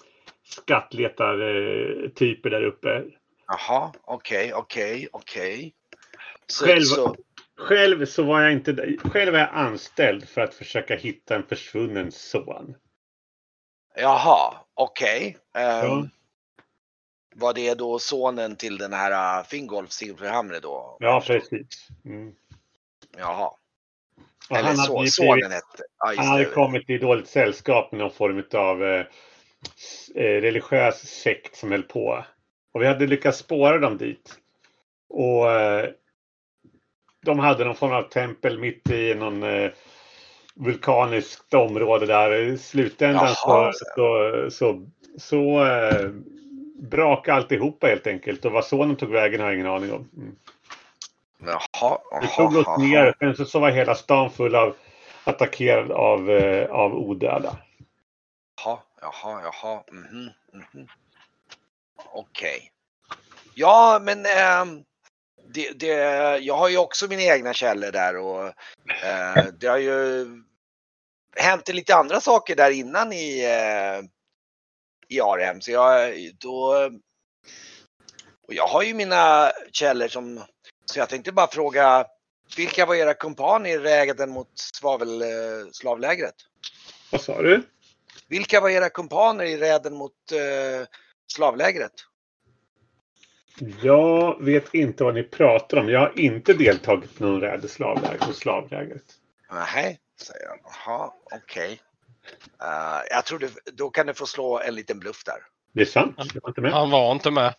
skattletartyper där uppe. Jaha, okej, okej, okej. Själv, Så... själv så var jag inte själv är jag anställd för att försöka hitta en försvunnen son. Jaha, okej. Okay. Um, ja. Var det då sonen till den här uh, Fingolf Silverhamre då? Ja, precis. Mm. Jaha. Och Eller han så, hade sonen hette. Ja, han hade kommit i dåligt sällskap med någon form av eh, religiös sekt som höll på. Och vi hade lyckats spåra dem dit. Och eh, de hade någon form av tempel mitt i någon eh, vulkaniskt område där. I slutändan Jaha, så, så, så, så eh, brakade alltihopa helt enkelt. Och vad sonen tog vägen har jag ingen aning om. Mm. Jaha, vi tog oss ner, men så, så var hela stan full av attackerad av, eh, av odöda. Jaha, jaha, jaha. Mm-hmm, mm-hmm. Okej. Okay. Ja, men eh, det, det, jag har ju också mina egna källor där och eh, det har ju hänt lite andra saker där innan i, eh, i Arhem. Så jag, då, och jag har ju mina källor som, så jag tänkte bara fråga, vilka var era kumpaner i räden mot svavelslavlägret? Vad sa du? Vilka var era kumpaner i räden mot eh, slavlägret? Jag vet inte vad ni pratar om. Jag har inte deltagit i någon räd på slavlägret. Nej, säger jag. Jaha, okej. Okay. Uh, jag tror du, då kan du få slå en liten bluff där. Det är sant. Jag var inte med. Han var inte med.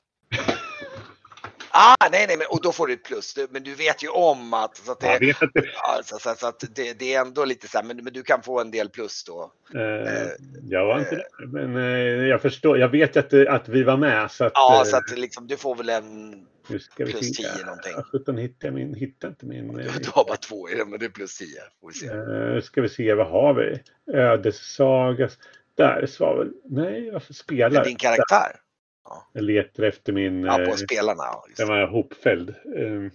Ah, nej, nej, men och då får du ett plus. Men du vet ju om att, så att det, jag vet att det... Ja, så, så, så att det, det är ändå lite så här, men, men du kan få en del plus då. Eh, eh, jag var inte eh, där, men eh, jag förstår. Jag vet att, att vi var med. Så att, ja, eh, så att liksom, du får väl en plus tio ja, någonting. sjutton hittar jag min, hittar inte min. Du, du har bara två i det, men det är plus tio. Får vi se. Eh, ska vi se, vad har vi? Ödessagas. Där svavel. Nej, varför spelar? Men din karaktär? Ja. Jag letar efter min... Ja, på spelarna. Ja, den var hopfälld. Uh,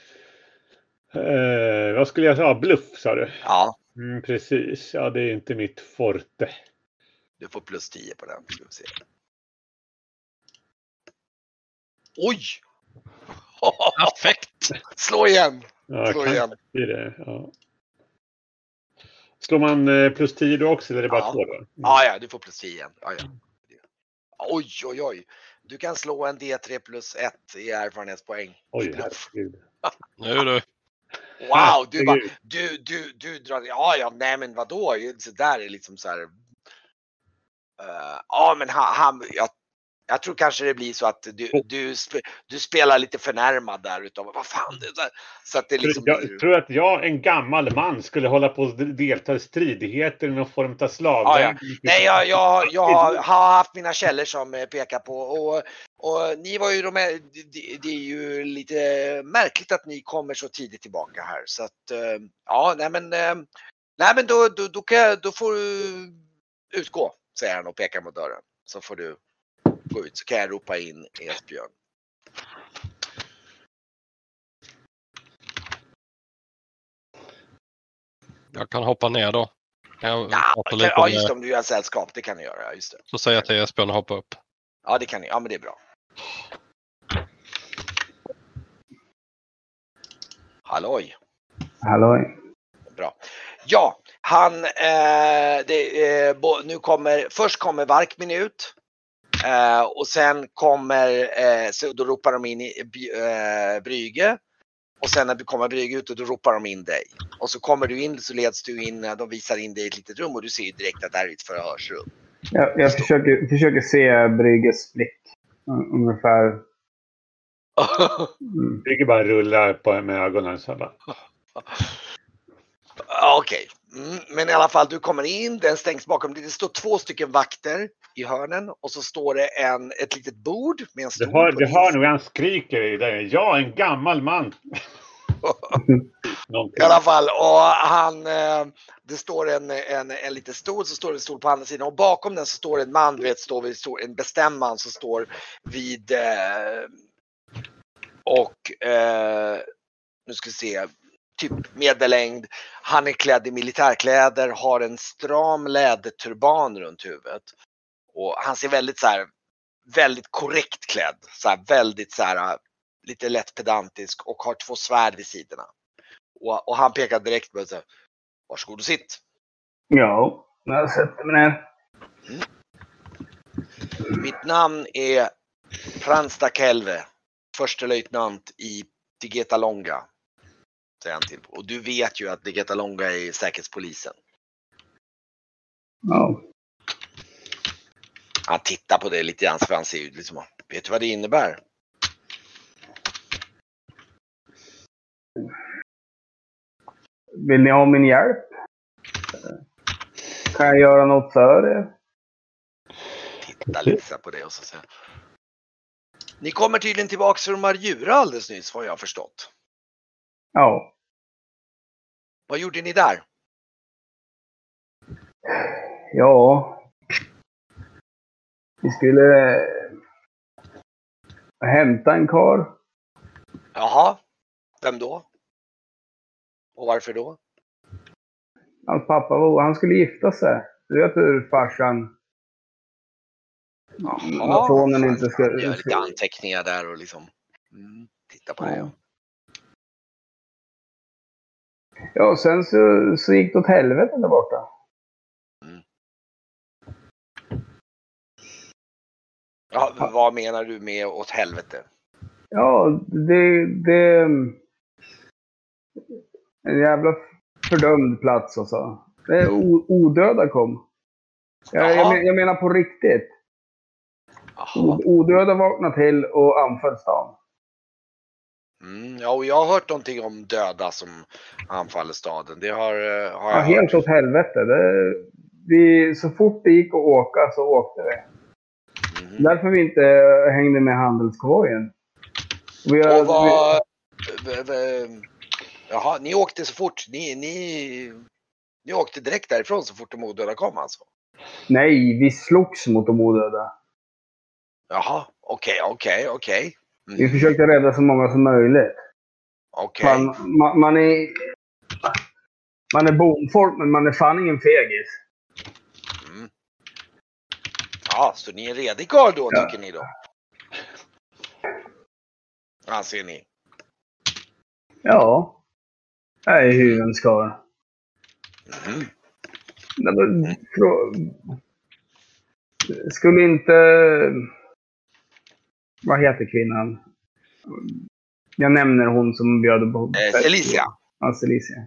uh, vad skulle jag säga? Bluff, sa du? Ja. Mm, precis. Ja, det är inte mitt forte. Du får plus tio på den. Ska vi se. Oj! Perfekt! Slå igen! Ja, Slå igen. Det, ja. Slår man plus tio då också? Eller är det bara ja. två då? Mm. Ja, ja, du får plus tio igen. Ja, ja. Oj, oj, oj. Du kan slå en D tre plus ett i erfarenhetspoäng. Oj, herregud. Nu du. Wow, du bara, du, du, du drar, ja, ja, nej men vadå? Så där är liksom så här. Uh, ja, men han, han jag, jag tror kanske det blir så att du, du, du spelar lite förnärmad där utav, vad fan det där. Så att det liksom jag blir... tror att jag, en gammal man, skulle hålla på att delta i stridigheter i någon form av slag. Ja, ja. Nej, jag, jag, jag har haft mina källor som pekar på och, och ni var ju de här, det, det är ju lite märkligt att ni kommer så tidigt tillbaka här. Så att, ja, nej men, nej men då, då, då, kan, då får du utgå, säger han och pekar mot dörren. Så får du gå ut, så kan jag ropa in Esbjörn. Jag kan hoppa ner då. Kan jag ja, kan, ja, just det, om du gör sällskap, det kan du göra. Just det. Så säger jag till Esbjörn att hoppa upp. Ja, det kan ni. Ja, men det är bra. Halloj. Halloj. Bra. Ja, han, eh, det, eh, bo, nu kommer, först kommer Varkmin ut. Eh, och sen kommer, eh, så då ropar de in i eh, Brygge. Och sen när du kommer Brygge ut, då ropar de in dig. Och så kommer du in, så leds du in, de visar in dig i ett litet rum och du ser ju direkt att det här är ett förhörsrum. Jag, jag försöker, försöker se Brygges blick. Ungefär. Mm. Brygge bara rullar på med ögonen så bara. Okej. Mm, men i alla fall, du kommer in, den stängs bakom dig. Det står två stycken vakter i hörnen och så står det en, ett litet bord med en stol. Du hör, du hör nog han skriker i det. Ja, en gammal man. I alla fall, och han, det står en, en, en liten stol, så står det en stol på andra sidan och bakom den så står en man, du vet, står vid, en bestämd man som står vid och eh, nu ska vi se, typ medellängd. Han är klädd i militärkläder, har en stram läderturban runt huvudet. Och han ser väldigt så här, väldigt korrekt klädd. Så här, väldigt så här, lite lätt pedantisk och har två svärd vid sidorna. Och, och han pekar direkt på sig. Varsågod och sitt. Ja, jag sätter mig ner. Mm. Mitt namn är Frans da Kelve, första löjtnant i Digeta Longa, säger han till. Och du vet ju att Digeta Longa är säkerhetspolisen. Ja. Han tittar på det lite grann, för han ser ju liksom, vet du vad det innebär? Vill ni ha min hjälp? Kan jag göra något för er? Titta lite på det och så säger ni kommer tydligen tillbaka från Marjura alldeles nyss, vad jag har förstått. Ja. Vad gjorde ni där? Ja. Vi skulle hämta en karl. Jaha. Vem då? Och varför då? Hans pappa var, han skulle gifta sig. Du vet hur farsan... Jaha. Sonen inte ska... Jag gör lite anteckningar där och liksom... Mm, titta på det. Ja. Ja, och sen så, så gick det åt helvete där borta. Mm. Ja, vad menar du med åt helvete? Ja, det... det en jävla fördömd plats alltså. Det är o, odöda kom. Jag, jag, men, jag menar på riktigt. O, odöda vaknade till och anföll stan. Mm, ja, och jag har hört någonting om döda som anfaller staden. Det har, har jag ja, helt åt helvete. Det, vi, så fort det gick att åka så åkte vi. Mm. Därför vi inte hängde med handelskonvojen. Vi har, och vad... Vi, jaha, ni åkte så fort. Ni, ni, ni åkte direkt därifrån så fort de odöda kom alltså? Nej, vi slogs mot de odöda. Jaha, okej, okay, okej, okay, okej. Okay. Mm. Vi försökte rädda så många som möjligt. Okej. Okay. Man, man, man är... Man är bomfolk, men man är fan ingen fegis. Mm. Ja, så ni är redig karl då, ja. Tycker ni då? Anser ni? Ja. Jag är huvudens karl. Mm. Mm. Skulle inte... Vad heter kvinnan? Jag nämner hon som bjöd på... Eh, Celicia. Ja, Celicia.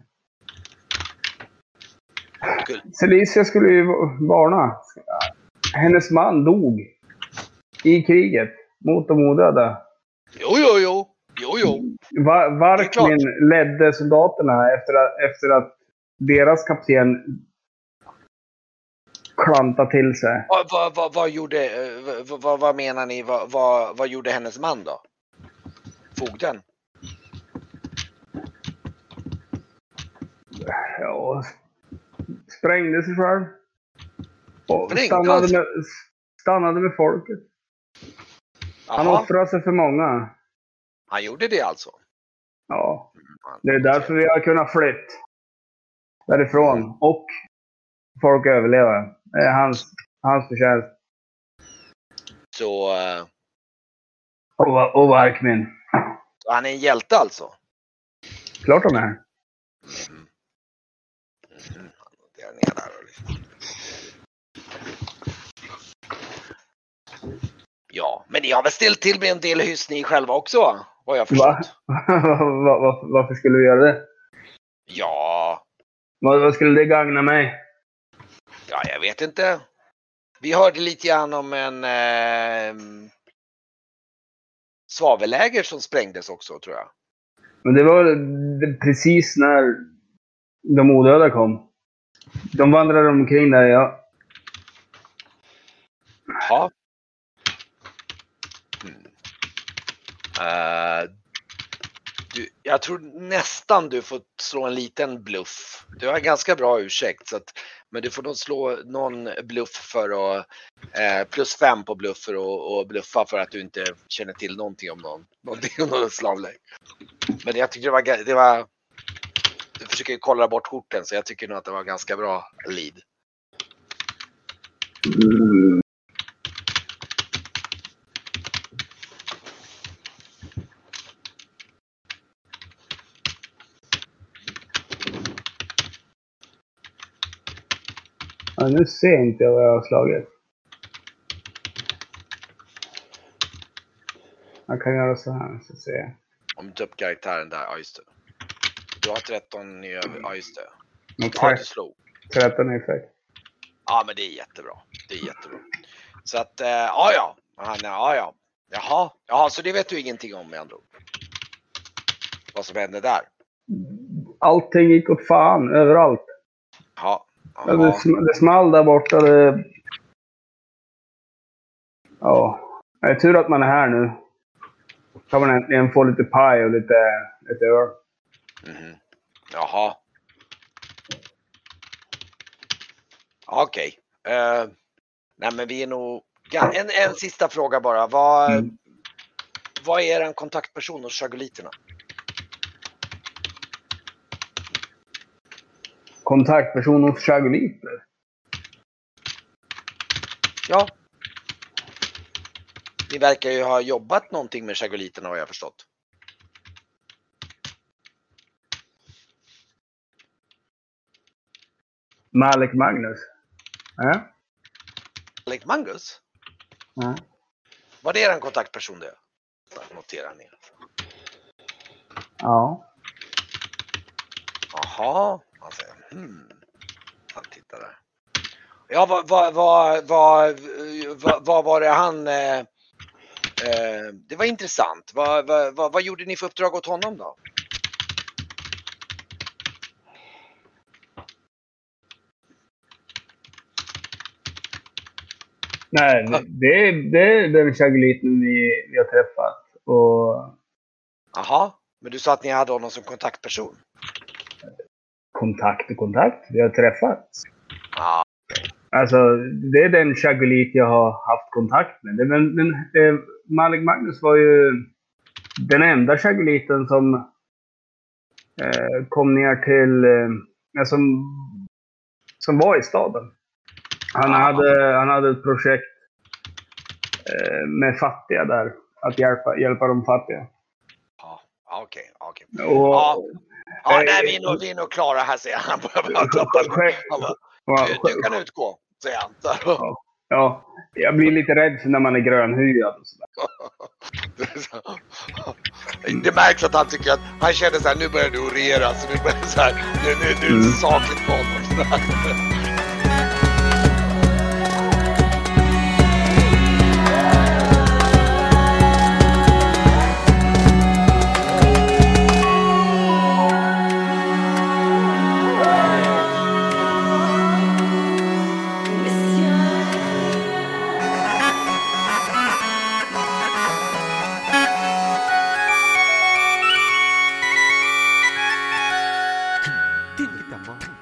Cool. Celicia skulle ju varna. Hennes man dog i kriget mot de odöda. Jo, jo, jo. Jo, jo. Va- Varkmin ledde soldaterna efter att, efter att deras kapten klantade till sig. Vad, vad, vad, vad gjorde, vad, vad, vad menar ni, vad, vad, vad gjorde hennes man då? Fogden? Ja, sprängde sig själv. Och stannade, alltså. med, stannade med folket. Han offrade sig för många. Han gjorde det alltså? Ja. Det är därför vi har kunnat flytta därifrån. Mm. Och folk överlever. Det är hans, hans förtjänst. Så... Uh... Och, och Varkmin. Så han är en hjälte alltså? Klart de är. Mm. Mm. Det är ner där. Ja, men ni har väl ställt till med en del hyss ni själva också, vad jag förstått. Va? var, var, varför skulle vi göra det? Ja. Vad, vad skulle det gagna mig? Ja, jag vet inte. Vi hörde lite grann om en eh, svavelläger som sprängdes också, tror jag. Men det var det, precis när de odöda kom. De vandrade omkring där, ja. Ja. Mm. Uh, du, jag tror nästan du får slå en liten bluff. Du har en ganska bra ursäkt, så att, men du får nog slå någon bluff för att eh, plus fem på bluff för att och bluffa för att du inte känner till någonting om någon, någonting om någon slavlägg. Men jag tycker det var, det var du försöker kolla bort korten, så jag tycker nog att det var ganska bra lead. Mm. Ja, nu ser inte jag vad jag har slagit. Jag kan göra så här, så ser jag. Om du tar upp karaktären där, ja just det. Du har tretton i över, ja just det. Och Ja, du slog. tretton i effekt. Ja, men det är jättebra. Det är jättebra. Så att, eh, ja ja. Han, ja ja. Jaha, jaha, så det vet du ingenting om med andra ord. Vad som hände där. Allting gick åt fan, överallt. Ja. Ja, det, sm- det small där borta. Det... Ja, det är tur att man är här nu. Kan man äntligen få lite paj och lite, lite öl. Mm-hmm. Jaha. Okej. Okay. Uh, nej men vi är nog... En, en sista fråga bara. Vad, mm. vad är en kontaktperson hos chagoliterna? Kontaktperson hos chagoliter? Ja. Ni verkar ju ha jobbat någonting med chagoliterna har jag förstått. Malik Magnus? Ja. Malik Magnus? Ja. Vad är en kontaktperson det? Notera ner. Ja. Jaha. Han säger, hmm. Han tittar där. Ja, vad, vad, vad, vad, vad, vad var det han... Eh, eh, det var intressant. Vad, vad, vad, vad gjorde ni för uppdrag åt honom då? Nej, det, det är den chagoliten vi, vi har träffat. Och... Jaha, men du sa att ni hade honom som kontaktperson. Kontakt och kontakt. Vi har träffats. Ja. Alltså, det är den chagolit jag har haft kontakt med. Men, men eh, Malik Magnus var ju den enda chagoliten som eh, kom ner till... Eh, som, som var i staden. Han, ah. hade, han hade ett projekt eh, med fattiga där. Att hjälpa, hjälpa de fattiga. Ja, okej. Okay, okay. Och... Ja. Ja, äh, nej, vi är, nog, vi är nog klara här, säger han. Han bara, du, du kan utgå, säger han. Ja, ja, jag blir lite rädd för när man är grönhyad och sådär. Det märks att han tycker att han känner så här, nu börjar du orera, så nu börjar så här, nu, nu, nu är det mm. sakligt på honom. Tin kita mo.